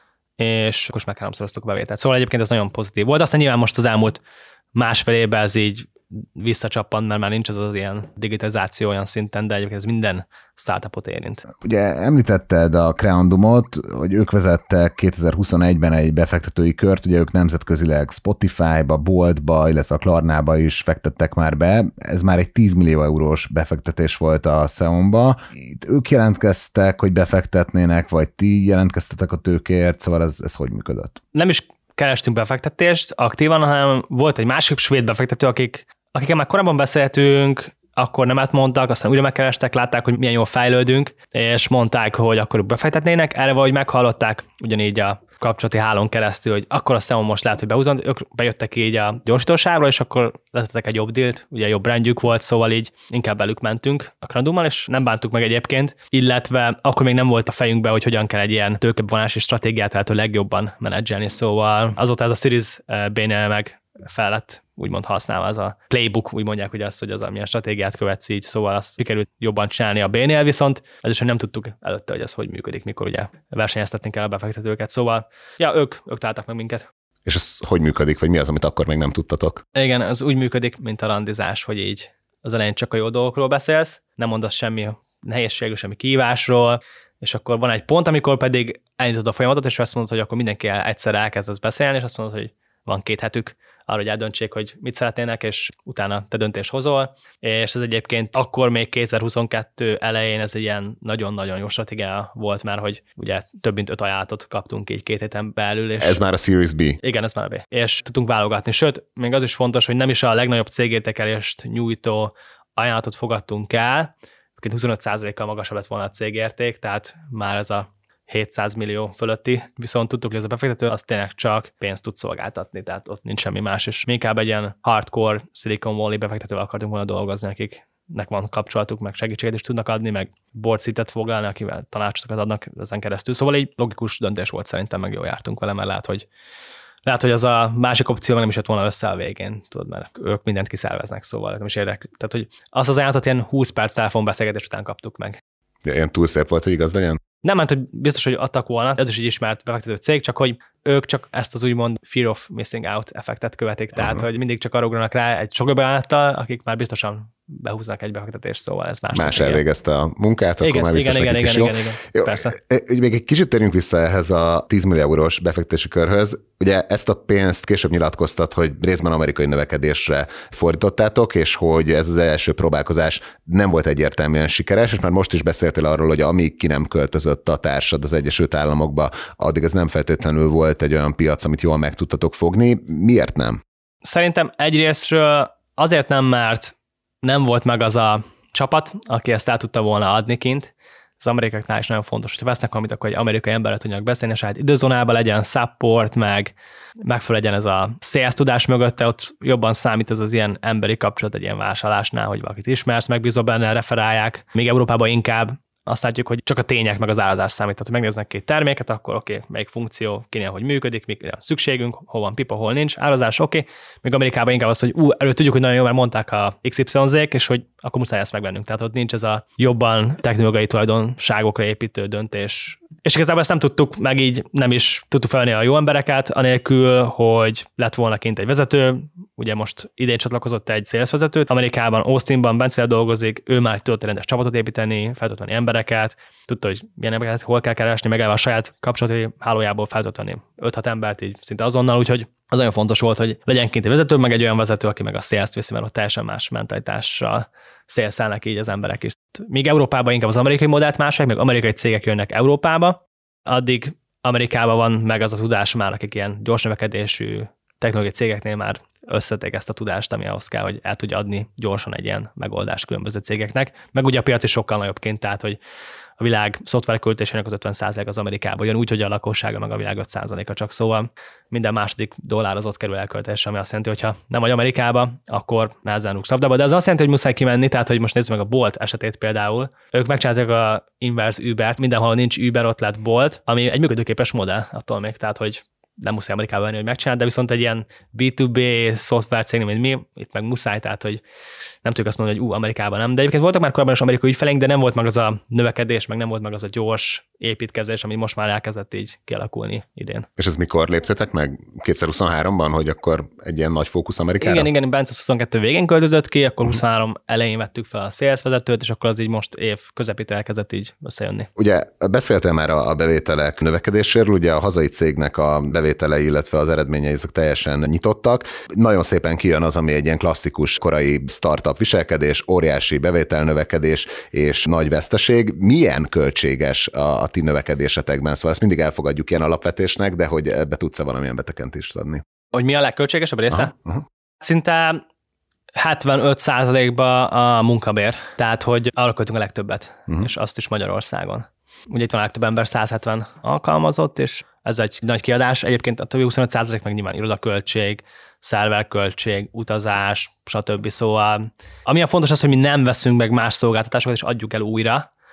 és akkor is megháromszoroztuk a bevételt. Szóval egyébként ez nagyon pozitív volt, aztán nyilván most az elmúlt másfél évben ez így visszacsappan, mert már nincs az ilyen digitalizáció olyan szinten, de egyébként ez minden startupot érint. Ugye említetted a Creandumot, hogy ők vezettek 2021-ben egy befektetői kört, ugye ők nemzetközileg Spotify-ba, Boltba, illetve a Klarnába is fektettek már be. Ez már egy 10 millió eurós befektetés volt a Xeonba. Itt ők jelentkeztek, hogy befektetnének, vagy ti jelentkeztetek a tőkéért, szóval ez hogy működött? Nem is kerestünk befektetést aktívan, hanem volt egy másik svéd befektető, akikkel már korábban beszéltünk, akkor nemet mondtak, aztán újra megkerestek, látták, hogy milyen jól fejlődünk, és mondták, hogy akkor ők befektetnének, erre valahogy meghallották, ugyanígy a kapcsolati hálón keresztül, hogy akkor a Xeon most lehet, hogy behúzom, ők bejöttek így a gyorsítósávra, és akkor letettek egy jobb dílt, ugye jobb brandjük volt, szóval így inkább velük mentünk a Creandummal, és nem bántuk meg egyébként, illetve akkor még nem volt a fejünkben, hogy hogyan kell egy ilyen tőkebevonási stratégiát lehető legjobban menedzselni, szóval azóta ez a Series B-nél meg fel lett úgymond használva ez a playbook, úgy mondják, hogy azt, hogy az amilyen stratégiát követsz így, szóval azt sikerült jobban csinálni a B-nél, viszont ez is, hogy nem tudtuk előtte, hogy ez hogy működik, mikor ugye versenyeztetni kell a befektetőket, szóval ja, ők találtak meg minket. És ez hogy működik, vagy mi az, amit akkor még nem tudtatok? Igen, az úgy működik, mint a randizás, hogy így az elején csak a jó dolgokról beszélsz, nem mondasz semmi nehézségről, semmi kihívásról, és akkor van egy pont, amikor pedig elindítod a folyamatot, és azt mondod, hogy akkor mindenki egyszer elkezdesz beszélni, és azt mondod, hogy van 2 hetük arra, hogy eldöntsék, hogy mit szeretnének, és utána te döntést hozol. És ez egyébként akkor még 2022 elején ez egy ilyen nagyon-nagyon jó stratégia volt már, hogy ugye több mint 5 ajánlatot kaptunk így 2 héten belül. És ez már a Series B? Igen, ez már a B. És tudtunk válogatni. Sőt, még az is fontos, hogy nem is a legnagyobb cégértékelést nyújtó ajánlatot fogadtunk el, 25%-kal magasabb lett volna a cégérték, tehát már ez a 700 millió fölötti, viszont tudtuk, hogy ez a befektető az tényleg csak pénzt tud szolgáltatni, tehát ott nincs semmi más, és mi inkább egy ilyen hardcore Silicon Valley befektetővel akartunk volna dolgozni, akiknek van kapcsolatuk, meg segítséget is tudnak adni, meg board seatet foglalni, akivel tanácsokat adnak ezen keresztül. Szóval egy logikus döntés volt szerintem, meg jól jártunk vele, mert lehet, hogy az a másik opció meg nem is jött volna össze a végén, tudod, mert ők mindent kiszerveznek, szóval nem is érdekli. Tehát, hogy azt az ajánlatot ilyen 20 perc telefonbeszélgetés után kaptuk meg. Ja, ilyen túl szép volt, hogy igaz legyen? Nem, mert hogy biztos, hogy adtak volna, ez is egy ismert befektető cég, csak hogy ők csak ezt az úgymond fear of missing out effektet követik, tehát hogy mindig csak arra ugranak rá egy sok ajánlattal, akik már biztosan behúznak egy befektetést, szóval ez más elvégezte a munkát, akkor már biztos nekik is jó. Igen, persze. Még egy kicsit térjünk vissza ehhez a 10 millió eurós befektetési körhöz. Ugye ezt a pénzt később nyilatkoztat, hogy részben amerikai növekedésre fordítottátok, és hogy ez az első próbálkozás nem volt egyértelműen sikeres, és már most is beszéltél arról, hogy amíg ki nem költözött a társad az Egyesült Államokba, addig ez nem feltétlenül volt egy olyan piac, amit jól meg tudtatok fogni. Miért nem? Szerintem egyrésztről azért nem, mert nem volt meg az a csapat, aki ezt el tudta volna adni kint. Az amerikaiaknál is nagyon fontos, hogy vesznek valamit, akkor egy amerikai emberre tudjanak beszélni, a saját időzónában legyen support, megfelelő legyen ez a sales tudás mögötte, ott jobban számít ez az ilyen emberi kapcsolat egy ilyen vásárlásnál, hogy valakit ismersz, megbízol benne, referálják. Még Európában inkább azt látjuk, hogy csak a tények meg az árazás számít. Tehát, hogy megnéznek 2 terméket, akkor oké, melyik funkció kinél, hogy működik, mikre van szükségünk, hol van pipa, hol nincs, árazás oké. Még Amerikában inkább az, hogy előtt tudjuk, hogy nagyon jó, mert mondták a XYZ-k, és hogy akkor muszáj ezt megvennünk. Tehát ott nincs ez a jobban technológiai tulajdonságokra építő döntés. És igazából ezt nem tudtuk, meg így nem is tudtuk felvenni a jó embereket, anélkül, hogy lett volna kint egy vezető. Ugye most idén csatlakozott egy sales vezető, Amerikában, Austinban, Bence dolgozik, ő már tudott rendes csapatot építeni, fel tudott venni embereket, tudta, hogy milyen embereket hol kell keresni, meg a saját kapcsolati hálójából fel tudott venni 5-6 embert így szinte azonnal, úgyhogy az nagyon fontos volt, hogy legyen kint egy vezető, meg egy olyan vezető, aki meg a sales-t viszi, mert ott teljesen más mentalitással szélszelnek így az emberek is. Míg Európában inkább az amerikai modellt mások, meg amerikai cégek jönnek Európába, addig Amerikában van meg az a tudás már, akik ilyen gyors növekedésű technológiai cégeknél már összetek ezt a tudást, ami ahhoz kell, hogy el tudja adni gyorsan egy ilyen megoldást különböző cégeknek. Meg ugye a piac is sokkal nagyobbként, tehát hogy a világ szoftverköltésének az 50% az Amerikában jön, úgyhogy a lakossága meg a világ 5%-a csak, szóval minden második dollár az ott kerül elköltésre, ami azt jelenti, hogy ha nem vagy Amerikába, akkor nehezen rúgsz labdába. De ez azt jelenti, hogy muszáj kimenni, tehát hogy most nézzük meg a Bolt esetét például. Ők megcsinálták a inverse Ubert, mindenhol nincs Uber, ott lett Bolt, ami egy működőképes modell attól még, tehát hogy nem muszáj Amerikában venni, hogy megcsinálni, de viszont egy ilyen B2B szoftvercég, mint mi, itt meg muszáj, tehát hogy nem tudjuk azt mondani, hogy Amerikában nem. De egyébként voltak már korábban is amerikai ügyfeleink, de nem volt meg az a növekedés, meg nem volt meg az a gyors építkezés, ami most már elkezdett így kialakulni idén. És ez mikor léptetek meg? 2023-ban, hogy akkor egy ilyen nagy fókusz Amerikára? Igen, Bence 22 végén költözött ki, akkor 23 elején vettük fel a sales vezetőt, és akkor az így most év közepétől elkezdett így összejönni. Ugye beszéltél már a bevételek növekedéséről, ugye a hazai cégnek a bevételei, illetve az eredményei ezek teljesen nyitottak. Nagyon szépen kijön az, ami egy ilyen klasszikus korai startup viselkedés, óriási bevételnövekedés és nagy veszteség. Milyen költséges a ti növekedésetekben? Szóval ezt mindig elfogadjuk ilyen alapvetésnek, de hogy ebbe tudsz-e valamilyen betekentést adni? Hogy mi a legköltségesebb része? Szinte 75%-ba a munkabér, tehát hogy arra költünk a legtöbbet, és azt is Magyarországon. Ugye itt van a legtöbb ember, 170 alkalmazott, és ez egy nagy kiadás. Egyébként a többi 25% meg nyilván irodaköltség, szerverköltség, utazás, stb. Szóval ami a fontos az, hogy mi nem veszünk meg más szolgáltatásokat, és adjuk el újra.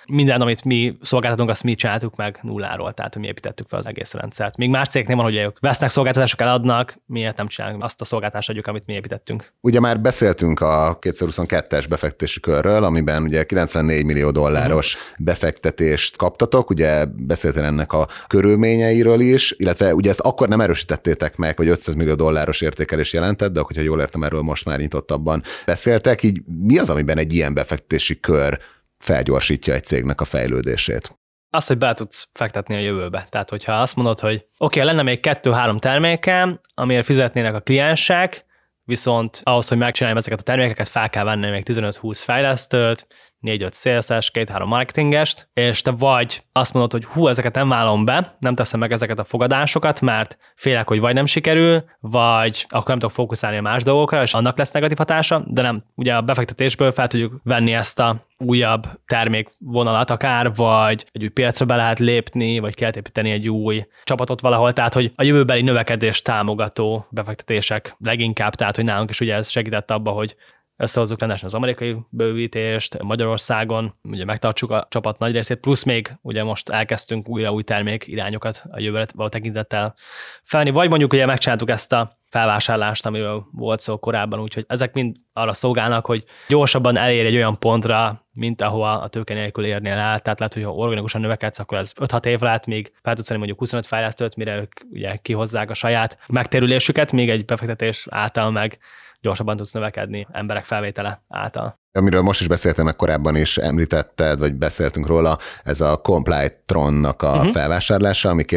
minden, amit mi szolgáltatunk, azt mi csináltuk meg nulláról, tehát hogy mi építettük fel az egész rendszert. Míg más cégnél van, hogy ők vesznek szolgáltatások, eladnak, miért nem csinálunk azt a szolgáltatást adjuk, amit mi építettünk. Ugye már beszéltünk a 2022-es befektetési körről, amiben ugye 94 millió dolláros befektetést kaptatok, ugye beszéltél ennek a körülményeiről is, illetve ugye ezt akkor nem erősítettétek meg, hogy 500 millió dolláros értékelés jelentett, de hogyha jól értem, erről most már nyitottabban beszéltek, így mi az, amiben egy ilyen befektetési kör felgyorsítja egy cégnek a fejlődését? Azt, hogy bele tudsz fektetni a jövőbe. Tehát, hogyha azt mondod, hogy oké, lenne még 2-3 termékem, amiért fizetnének a kliensek, viszont ahhoz, hogy megcsináljam ezeket a termékeket, fel kell venni még 15-20 fejlesztőt, 4-5 sales-es, 2-3 marketingest, és te vagy azt mondod, hogy ezeket nem vállalom be, nem teszem meg ezeket a fogadásokat, mert félek, hogy vagy nem sikerül, vagy akkor nem tudok fókuszálni a más dolgokra, és annak lesz negatív hatása, de nem. Ugye a befektetésből fel tudjuk venni ezt a újabb termékvonalat akár, vagy egy új piacra be lehet lépni, vagy kell építeni egy új csapatot valahol, tehát hogy a jövőbeli növekedést támogató befektetések leginkább, tehát hogy nálunk is ugye ez segített abba, hogy összehozzuk rendesen az amerikai bővítést, Magyarországon, ugye megtartsuk a csapat nagy részét, plusz még ugye most elkezdtünk újra új termék irányokat a jövőre való tekintettel felni, vagy mondjuk ugye megcsináltuk ezt a felvásárlást, amiről volt szó korábban, úgyhogy ezek mind arra szolgálnak, hogy gyorsabban elér egy olyan pontra, mint ahova a tőke nélkül érnél el. Tehát lehet, hogy ha organikusan növekedsz, akkor ez 5-6 év lehet, még fel tudsz venni mondjuk 25 fejlesztőt, mire ők ugye kihozzák a saját megtérülésüket, még egy befektetés által meg gyorsabban tudsz növekedni emberek felvétele által. Amiről most is beszéltem, meg korábban is említetted, vagy beszéltünk róla, ez a Complytronnak a felvásárlása, ami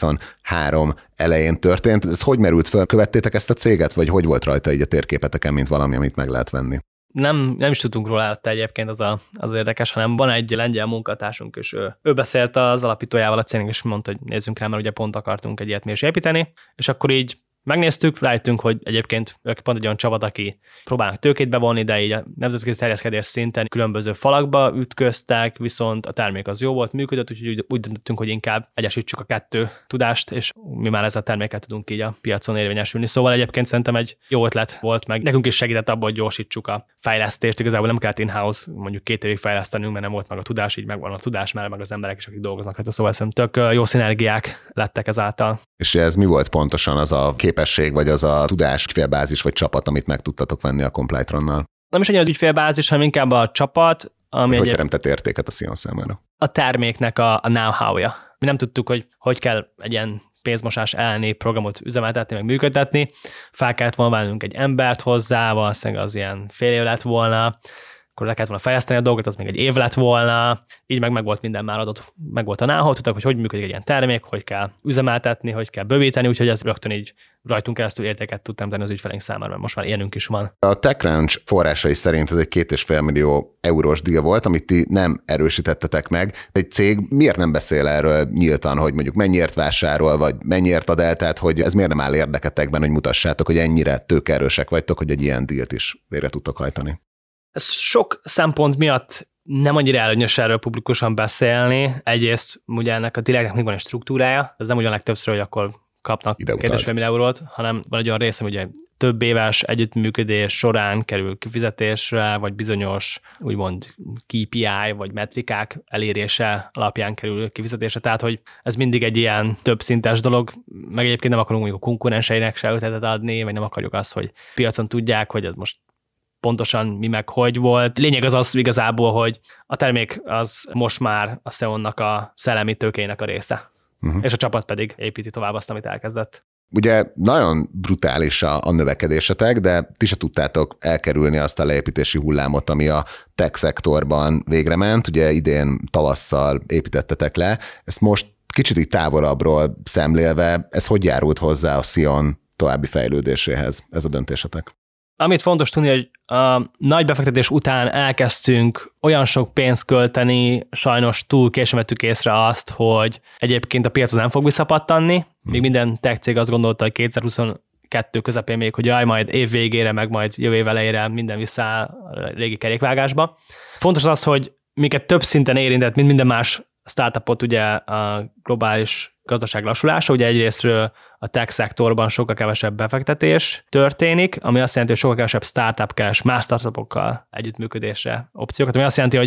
2023 elején történt. Ez hogy merült föl? Követtétek ezt a céget, vagy hogy volt rajta így a térképeteken, mint valami, amit meg lehet venni? Nem is tudtunk róla előtte egyébként, az érdekes, hanem van egy lengyel munkatársunk, és ő beszélt az alapítójával a cégnek, és mondta, hogy nézzünk rá, mert ugye pont akartunk egy ilyet mi is építeni, és akkor így megnéztük, rájöttünk, hogy egyébként ők pont egy olyan csapat, aki próbálnak tőkét bevonni, de így a nemzetközi terjeszkedés szinten különböző falakba ütköztek, viszont a termék az jó volt, működött, úgyhogy úgy döntöttünk, hogy inkább egyesítsük a kettő tudást, és mi már ezzel a termékkel tudunk így a piacon érvényesülni. Szóval egyébként szerintem egy jó ötlet volt, meg nekünk is segített abban, hogy gyorsítsuk a fejlesztést. Igazából nem kellett in-house mondjuk 2 évig fejlesztenünk, mert nem volt meg a tudás, így megvan a tudás már, meg az emberek is, akik dolgoznak rajta. Szóval szerintem tök jó szinergiák lettek ezáltal. És ez mi volt pontosan az a képesség, vagy az a tudás, ügyfélbázis, vagy csapat, amit meg tudtatok venni a Complytronnal? Nem is annyira az ügyfélbázis, hanem inkább a csapat, ami hogy teremtett értéket a Sion számára? A terméknek a know-how-ja. Mi nem tudtuk, hogy kell egy ilyen pénzmosás elleni programot üzemeltetni, meg működtetni. Fel kellett volna válnunk egy embert hozzá, valószínűleg az ilyen fél év lett volna, akkor le kellett volna fejleszteni a dolgot, az még egy év lett volna, így meg volt minden már adott, meg volt a know-how, tudtak, hogy működik egy ilyen termék, hogy kell üzemeltetni, hogy kell bővíteni, úgyhogy ez rögtön így rajtunk keresztül értéket tudtam tenni az ügyfeleink számára, mert most már ilyenünk is van. A TechCrunch forrásai szerint ez egy 2,5 millió eurós deal volt, amit ti nem erősítettetek meg. Egy cég miért nem beszél erről nyíltan, hogy mondjuk mennyiért vásárol, vagy mennyiért ad el, tehát hogy ez miért nem áll érdeketekben, hogy mutassátok, hogy ennyire tőkeerősek vagytok, hogy egy ilyen dealt is végre tudtok hajtani? Ez sok szempont miatt nem annyira előnyös erről publikusan beszélni. Egyrészt ugye ennek a dealeknek még van egy struktúrája, ez nem ugyan legtöbbször, hogy akkor kapnak 2,5 millió eurót, hanem van egy olyan része, hogy több éves együttműködés során kerül kifizetésre, vagy bizonyos úgymond KPI, vagy metrikák elérése alapján kerül kifizetésre. Tehát, hogy ez mindig egy ilyen többszintes dolog, meg egyébként nem akarunk mondjuk a konkurenseinek se ötletet adni, vagy nem akarjuk azt, hogy piacon tudják, hogy ez most pontosan mi meg hogy volt. Lényeg az igazából, hogy a termék az most már a Sionnak a szellemi tőkének a része. És a csapat pedig építi tovább azt, amit elkezdett. Ugye nagyon brutális a növekedésetek, de ti se tudtátok elkerülni azt a leépítési hullámot, ami a tech szektorban végrement. Ugye idén tavasszal építettetek le. Ezt most kicsit így távolabbról szemlélve, ez hogy járult hozzá a Sion további fejlődéséhez, ez a döntésetek? Amit fontos tudni, hogy a nagy befektetés után elkezdtünk olyan sok pénzt költeni, sajnos túl későn vettük észre azt, hogy egyébként a piac nem fog visszapattanni. Még minden tech cég azt gondolta, hogy 2022 közepén még, hogy majd év végére, meg majd jövő év elejére minden visszaáll a régi kerékvágásba. Fontos az, hogy minket több szinten érintett, mint minden más startupot ugye a globális gazdaság lassulása, ugye egyrésztről a tech szektorban sokkal kevesebb befektetés történik, ami azt jelenti, hogy sokkal kevesebb startup keres más startupokkal együttműködésre opciókat, ami azt jelenti, hogy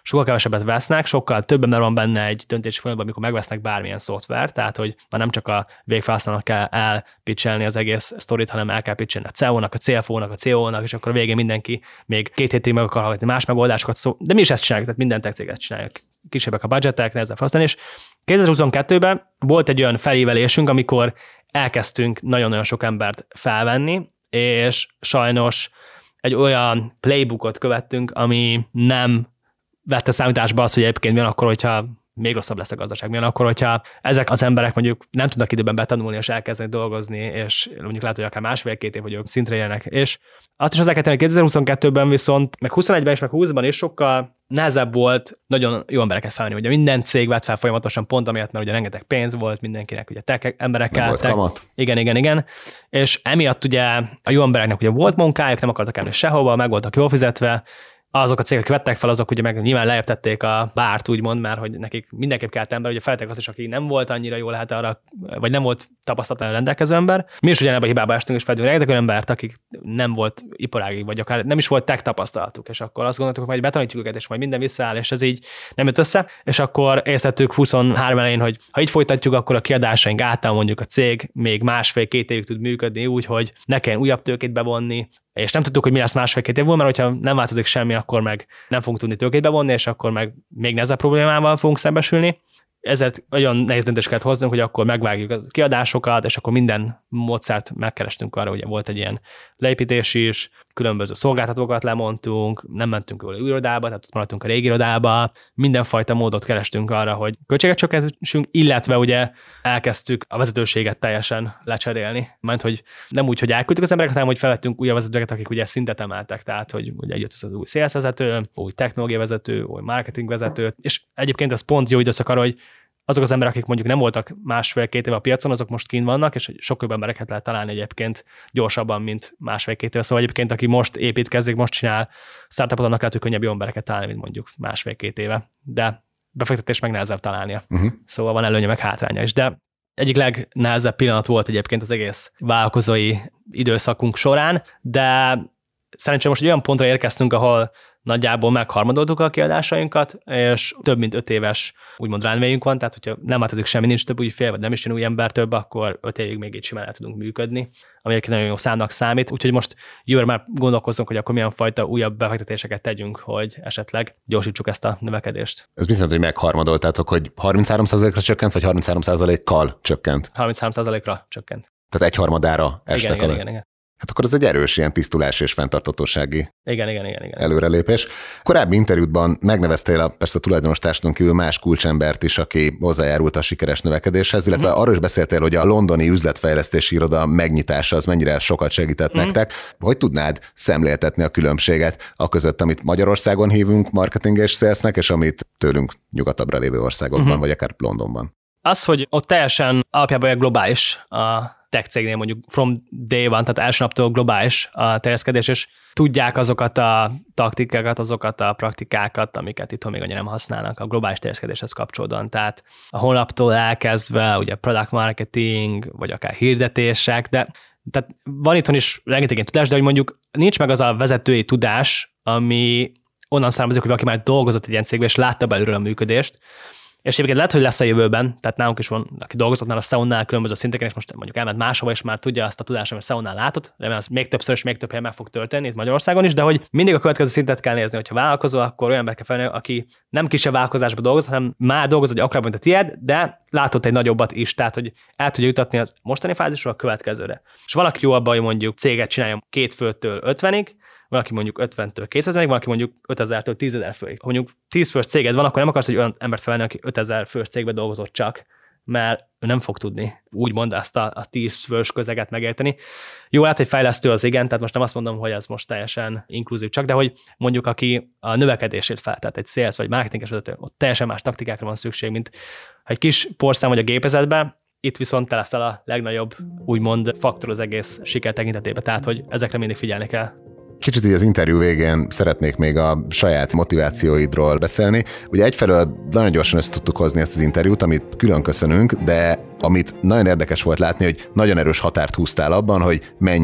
sokkal kevesebbet vesznek, sokkal több ember van benne egy döntési folyamatban, amikor megvesznek bármilyen szoftvert, tehát hogy már nem csak a végfelhasználónak kell elpitchelni az egész sztorit, hanem el kell pitchelni a CEO-nak, a CFO-nak, a CEO-nak, és akkor a végén mindenki még 2 hétig meg akar hallgatni más megoldásokat, de mi is ezt csináljuk, tehát minden tech céget csináljuk. Kisebbek a budgetek, nehezebb felhasználni, és 2022-ben volt egy olyan felévelésünk, amikor elkezdtünk nagyon-nagyon sok embert felvenni, és sajnos egy olyan playbookot követtünk, ami nem vette számításba azt, hogy egyébként milyen akkor, hogyha még rosszabb lesz a gazdaság, milyen akkor, hogyha ezek az emberek mondjuk nem tudnak időben betanulni és elkezdeni dolgozni, és mondjuk lehet, hogy akár 1,5-2 év, hogy ők szintre érnek. És azt is hozzá kell tenni, 2022-ben viszont, meg 21-ben és meg 20-ban is sokkal nehezebb volt nagyon jó embereket felvenni. Ugye minden cég vett fel folyamatosan pont amiatt, mert ugye rengeteg pénz volt mindenkinek, ugye tech emberek kelltek. Igen. És emiatt ugye a jó embereknek ugye volt munkájuk, nem akartak elmenni sehova, meg voltak jól fizetve, azok a cégek vettek fel, azok ugye meg nyilván lejjebb tették a bárt, úgymond, mert hogy nekik mindenképp kellett ember, ugye feltették azt is, aki nem volt annyira jól lehet arra, vagy nem volt tapasztalatlan rendelkező ember. Mi is ugyanebben a hibába estünk, és feltünk rengeteg olyan embert, akik nem volt iparági, vagy akár nem is volt tech tapasztalatuk, és akkor azt gondoltuk, hogy majd betanítjuk őket, és majd minden visszaáll, és ez így nem jött össze, és akkor észlettük 23 elején, hogy ha így folytatjuk, akkor a kiadásaink által mondjuk a cég még 1,5-2 évig tud működni úgy, hogy ne kell újabb tőkét bevonni, és nem tudtuk, hogy mi lesz 1,5-2 év múlva, mert hogyha nem változik semmi, akkor meg nem fogunk tudni tőkét bevonni, és akkor meg még nehezebb problémával fogunk szembesülni. Ezért nagyon nehéz döntést kellett hoznunk, hogy akkor megvágjuk a kiadásokat, és akkor minden módszert megkerestünk arra, ugye volt egy ilyen leépítés is, különböző szolgáltatókat lemondtunk, nem mentünk új irodába, tehát ott maradtunk a régi irodába, mindenfajta módot kerestünk arra, hogy költséget csökkentsünk, illetve ugye elkezdtük a vezetőséget teljesen lecserélni. Mert hogy nem úgy, hogy elküldtük az embereket, hanem hogy felvettünk új vezetőket, akik ugye szintet emeltek, tehát hogy ugye jött az új sales vezető, új technológiai vezető, új marketing vezető, és egyébként ez pont jó időszak arra, hogy azok az emberek, akik mondjuk nem voltak 1,5-2 éve a piacon, azok most kint vannak, és sokkal jobb embereket lehet találni egyébként gyorsabban, mint 1,5-2 éve. Szóval egyébként, aki most építkezik, most csinál startupot, annak lehet, hogy könnyebb jó embereket találni, mint mondjuk 1,5-2 éve. De befektetés meg nehezebb találnia. Szóval van előnye, meg hátránya is. De egyik legnehezebb pillanat volt egyébként az egész vállalkozói időszakunk során, de szerencsére most egy olyan pontra érkeztünk, ahol nagyjából megharmadoltuk a kiadásainkat, és több mint 5 éves úgymond runwayünk van, tehát hogyha nem változik semmi, nincs több ügyfél, vagy nem is jön új ember több, akkor 5 évig még így simán el tudunk működni, ami egyébként nagyon jó számnak számít, úgyhogy most jövőre már gondolkozzunk, hogy akkor milyen fajta újabb befektetéseket tegyünk, hogy esetleg gyorsítsuk ezt a növekedést. Ez mit jelent, hogy megharmadoltátok, hogy 33%-ra csökkent, vagy 33%-kal csökkent? 33%-ra csökkent. Tehát 1/3-ára estek. Igen. Hát akkor ez egy erős ilyen tisztulás és fenntarthatósági Igen. előrelépés. Korábbi interjútban megneveztél persze a tulajdonos társadalom kívül más kulcsembert is, aki hozzájárult a sikeres növekedéshez, illetve arról is beszéltél, hogy a londoni üzletfejlesztési iroda megnyitása az mennyire sokat segített nektek. Hogy tudnád szemléltetni a különbséget a között, amit Magyarországon hívunk marketing és salesnek, és amit tőlünk nyugatabbra lévő országokban, vagy akár Londonban? Az, hogy ott teljesen alapjában globális a tech cégnél mondjuk from day one, tehát első naptól globális a terjeszkedés, és tudják azokat a taktikákat, azokat a praktikákat, amiket itthon még annyira nem használnak a globális terjeszkedéshez kapcsolódóan. Tehát a honlaptól elkezdve ugye product marketing, vagy akár hirdetések, de tehát van itthon is rengeteg ilyen tudás, de hogy mondjuk nincs meg az a vezetői tudás, ami onnan származik, hogy valaki már dolgozott egy ilyen cégben, és látta belülről a működést. És egyébként lehet, hogy lesz a jövőben, tehát nálunk is van, aki dolgozott már a SEO-nál különböző szinteken, és most mondjuk elment máshova, és már tudja azt a tudást, amit SEO-nál látott, remélem az még többször és még több helyen meg fog történni itt Magyarországon is, de hogy mindig a következő szintet kell nézni, hogyha vállalkozó, akkor olyan ember kell felvenni, aki nem kisebb vállalkozásban dolgozott, hanem már dolgozott egy akkora, mint a tiéd, de látott egy nagyobbat is, tehát hogy el tudja jutatni az mostani fázisról a következőre. És valaki jó abban, hogy mondjuk céget csináljon 2 főtől 50-ig, valaki mondjuk 50-től 200-ig, valaki mondjuk 5000-től 10.000 főig. Ha mondjuk 10 fős céged van, akkor nem akarsz egy olyan embert felvenni, aki 5000 fős cégbe dolgozott csak, mert ő nem fog tudni úgymond ezt a 10 fős közeget megérteni. Jó, lehet, hogy fejlesztő az igen, tehát most nem azt mondom, hogy ez most teljesen inkluzív csak, de hogy mondjuk aki a növekedését fel, tehát egy sales vagy marketinges vezető, ott teljesen más taktikákra van szükség, mint egy kis porszám vagy a gépezetben, itt viszont te leszel a legnagyobb úgymond faktor az egész siker tekintetében, tehát hogy ezekre mindig figyelni kell. Kicsit így az interjú végén szeretnék még a saját motivációidról beszélni. Ugye egyfelől nagyon gyorsan össze tudtuk hozni ezt az interjút, amit külön köszönünk, de amit nagyon érdekes volt látni, hogy nagyon erős határt húztál abban, hogy mennyi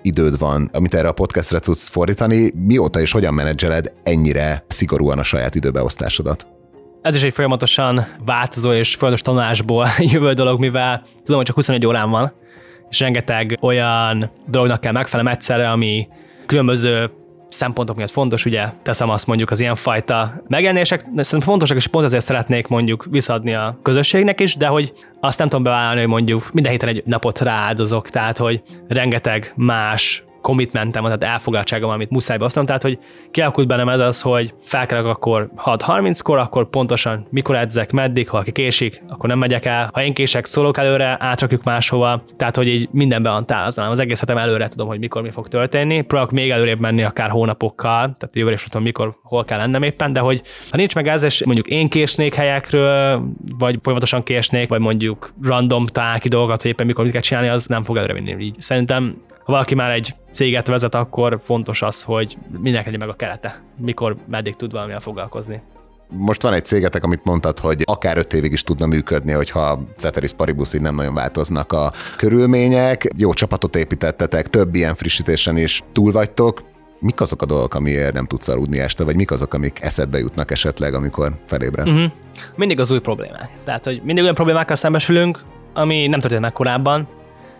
időd van, amit erre a podcastre tudsz fordítani? Mióta és hogyan menedzseled ennyire szigorúan a saját időbeosztásodat? Ez is egy folyamatosan változó és folyamatos tanulásból jövő dolog, mivel tudom, hogy csak 21 órám van, és rengeteg olyan dolognak kell megfelelnem egyszerre, ami különböző szempontok miatt fontos, ugye teszem azt mondjuk az ilyenfajta megjelenések, szerintem fontosak, és pont ezért szeretnék mondjuk visszaadni a közösségnek is, de hogy azt nem tudom bevállalni, hogy mondjuk minden héten egy napot rááldozok, tehát hogy rengeteg más commitmentem van, tehát elfoglaltságom, amit muszáj beosztanom, tehát hogy kialakult bennem ez az, hogy felkelek akkor 6:30-kor, akkor pontosan mikor edzek, meddig, ha valaki késik, akkor nem megyek el, ha én kések, szólok előre, átrakjuk máshova, tehát hogy így mindenben van távozom, az egész hetem előre tudom, hogy mikor mi fog történni, próbálok még előrébb menni akár hónapokkal, tehát jövőre is tudom, mikor, hol kell lennem éppen, de hogy ha nincs meg ez, és mondjuk én késnék helyekről, vagy folyamatosan késnék, vagy mondjuk random talál ki dolgokat, hogy éppen mikor mit kell csinálni, az nem fog előre vinni. Így szerintem ha valaki már egy céget vezet, akkor fontos az, hogy mindenki legyen meg a kerete, mikor, meddig tud valamivel foglalkozni. Most van egy cégetek, amit mondtad, hogy akár 5 évig is tudna működni, hogyha ceteris paribus így nem nagyon változnak a körülmények. Jó csapatot építettetek, több ilyen frissítésen is túl vagytok. Mik azok a dolgok, amiért nem tudsz aludni este, vagy mik azok, amik eszedbe jutnak esetleg, amikor felébredsz? Mindig az új problémák. Tehát, hogy mindig olyan problémákkal szembesülünk, ami nem történt meg korábban,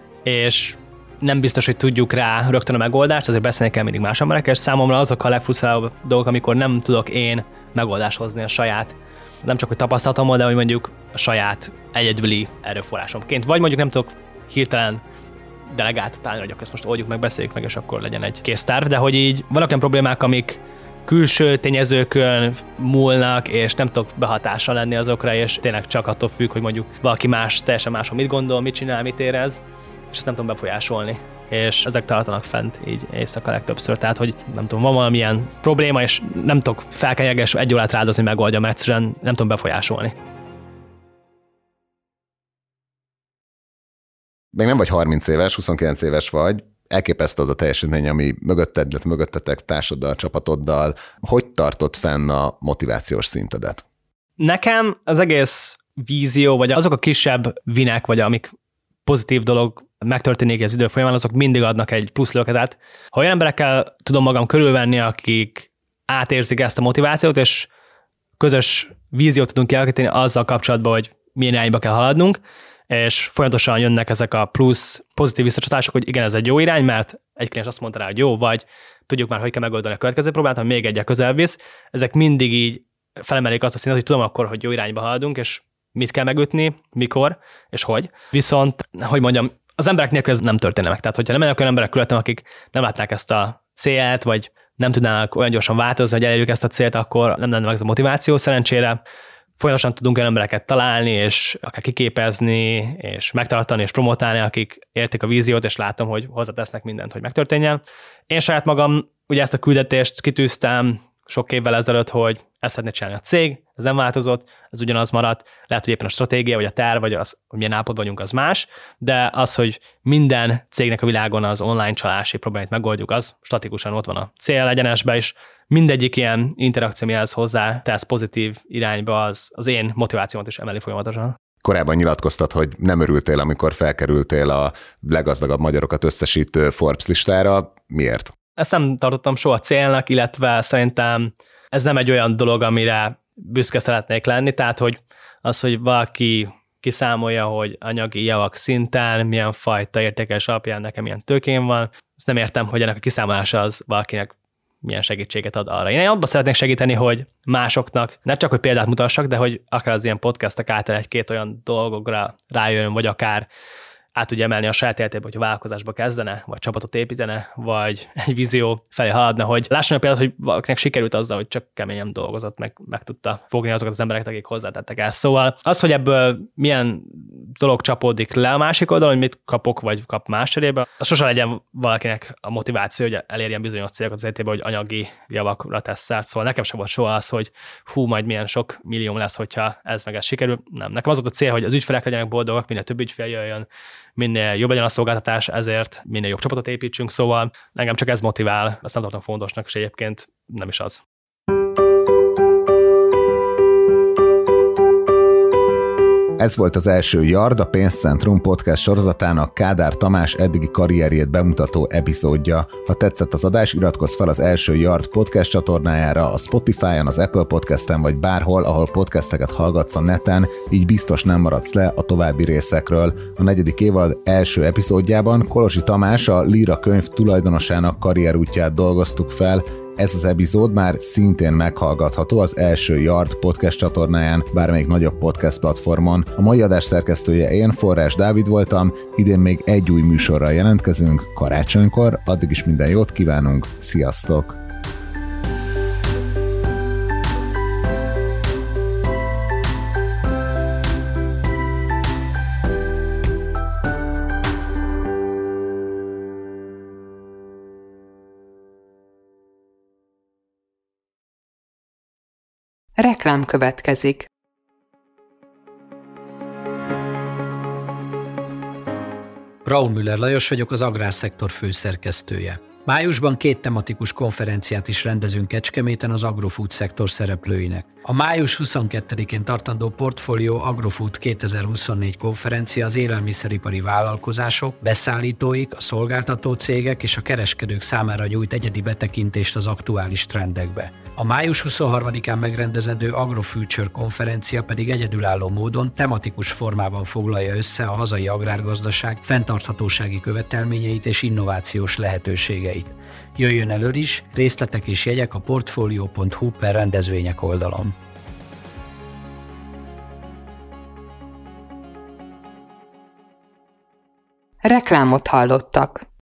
és nem biztos, hogy tudjuk rá rögtön a megoldást, azért beszélni kell mindig más emberekkel, és számomra azok a legfrusztrálóbb dolgok, amikor nem tudok én megoldást hozni a saját, nem csak hogy tapasztalatommal, de hogy mondjuk a saját egyedüli erőforrásomként. Vagy mondjuk nem tudok hirtelen delegált találni, hogy akkor ezt most oldjuk meg, beszéljük meg, és akkor legyen egy kész terv, de hogy így vannak olyan problémák, amik külső tényezőkön múlnak, és nem tudok behatással lenni azokra, és tényleg csak attól függ, hogy mondjuk valaki más, teljesen máshol mit gondol, mit csinál, mit érez, és ezt nem tudom befolyásolni. És ezek tartanak fent így éjszaka legtöbbször. Tehát, hogy nem tudom, van valamilyen probléma, és nem tudok felkeljeges egy órát rádozni, megoldjam, egyszerűen nem tudom befolyásolni. Még nem vagy 30 éves, 29 éves vagy, elképesztő az a teljesítmény, ami mögötted, illetve mögöttetek társaddal, csapatoddal. Hogy tartott fenn a motivációs szintedet? Nekem az egész vízió, vagy azok a kisebb vinek, vagy amik pozitív dolog megtörténik az idő folyamán, azok mindig adnak egy plusz löketet. Ha olyan emberekkel tudom magam körülvenni, akik átérzik ezt a motivációt, és közös víziót tudunk kialakítani azzal kapcsolatban, hogy milyen irányba kell haladnunk, és folyamatosan jönnek ezek a plusz pozitív visszacsatások, hogy igen, ez egy jó irány, mert egy kliens azt mondta rá, hogy jó, vagy tudjuk már, hogy kell megoldani a következő problémát, ha még egyel közel visz. Ezek mindig így felemelik azt a szintet, hogy tudom akkor, hogy jó irányba haladunk, és mit kell megütni, mikor, és hogy. Viszont, hogy mondjam, az emberek nélkül ez nem történne meg. Tehát, hogyha nem lennek olyan emberek körülöttem, akik nem látnák ezt a célt, vagy nem tudnának olyan gyorsan változni, hogy elérjük ezt a célt, akkor nem lenne meg ez a motiváció. Szerencsére folyamatosan tudunk olyan embereket találni, és akár kiképezni, és megtartani, és promotálni, akik értik a víziót, és látom, hogy hozzátesznek mindent, hogy megtörténjen. Én saját magam ugye ezt a küldetést kitűztem sok évvel ezelőtt, hogy ezt szeretné csinálni a cég, ez nem változott, ez ugyanaz maradt, lehet, hogy éppen a stratégia, vagy a terv, vagy az, hogy milyen állapotban vagyunk, az más, de az, hogy minden cégnek a világon az online csalási problémát megoldjuk, az statikusan ott van a cél egyenesben, és mindegyik ilyen interakció, mihez hozzá tesz pozitív irányba, az én motivációmat is emeli folyamatosan. Korábban nyilatkoztat, hogy nem örültél, amikor felkerültél a leggazdagabb magyarokat összesítő Forbes listára. Miért? Ezt nem tartottam soha célnak, illetve szerintem ez nem egy olyan dolog, amire büszke szeretnék lenni, tehát hogy az, hogy valaki kiszámolja, hogy anyagi javak szinten milyen fajta értékes alapján nekem milyen tőkén van, ezt nem értem, hogy ennek a kiszámolása az valakinek milyen segítséget ad arra. Én abban szeretnék segíteni, hogy másoknak ne csak, hogy példát mutassak, de hogy akár az ilyen podcastek által egy-két olyan dolgokra rájön, vagy akár át tudja emelni a saját életébe, hogyha vállalkozásba kezdene, vagy csapatot építene, vagy egy vízió felé haladna, hogy lássanak például, hogy valakinek sikerült azzal, hogy csak keményen dolgozott, meg tudta fogni azokat az embereket, akik hozzátettek el. Szóval az, hogy ebből milyen dolog csapódik le a másik oldalon, hogy mit kapok, vagy kap más cserébe, az sosem legyen valakinek a motiváció, hogy elérjen bizonyos célokat az életében, hogy anyagi javakra tesz szert. Szóval nekem sem volt soha az, hogy majd milyen sok millióm lesz, hogyha ez meg ez sikerül. Nem. Nekem az volt a cél, hogy az ügyfelek legyenek boldogak, minél több ügyfél jöjjön, minél jobb legyen a szolgáltatás, ezért minél jobb csapatot építsünk, szóval engem csak ez motivál, azt nem tartom fontosnak, és egyébként nem is az. Ez volt az első Yard, a Pénzcentrum podcast sorozatának Kádár Tamás eddigi karrierjét bemutató epizódja. Ha tetszett az adás, iratkozz fel az első Yard podcast csatornájára, a Spotify-on, az Apple Podcasten vagy bárhol, ahol podcasteket hallgatsz a neten, így biztos nem maradsz le a további részekről. A 4. évad első epizódjában Kolosi Tamás, a Líra könyv tulajdonosának karrierútját dolgoztuk fel. Ez az epizód már szintén meghallgatható az első Yard podcast csatornáján, bármelyik nagyobb podcast platformon. A mai adás szerkesztője én, Forrás Dávid voltam, idén még egy új műsorral jelentkezünk, karácsonykor, addig is minden jót kívánunk, sziasztok! Reklám következik. Braun Müller Lajos vagyok, az Agrárszektor főszerkesztője. Májusban 2 tematikus konferenciát is rendezünk Kecskeméten az agrofood szektor szereplőinek. A május 22-én tartandó Portfolio Agrofood 2024 konferencia az élelmiszeripari vállalkozások, beszállítóik, a szolgáltató cégek és a kereskedők számára nyújt egyedi betekintést az aktuális trendekbe. A május 23-án megrendezendő AgroFuture konferencia pedig egyedülálló módon tematikus formában foglalja össze a hazai agrárgazdaság fenntarthatósági követelményeit és innovációs lehetőségeit. Jöjjön elő is, részletek és jegyek a portfolio.hu/rendezvények oldalon. Reklámot hallottak.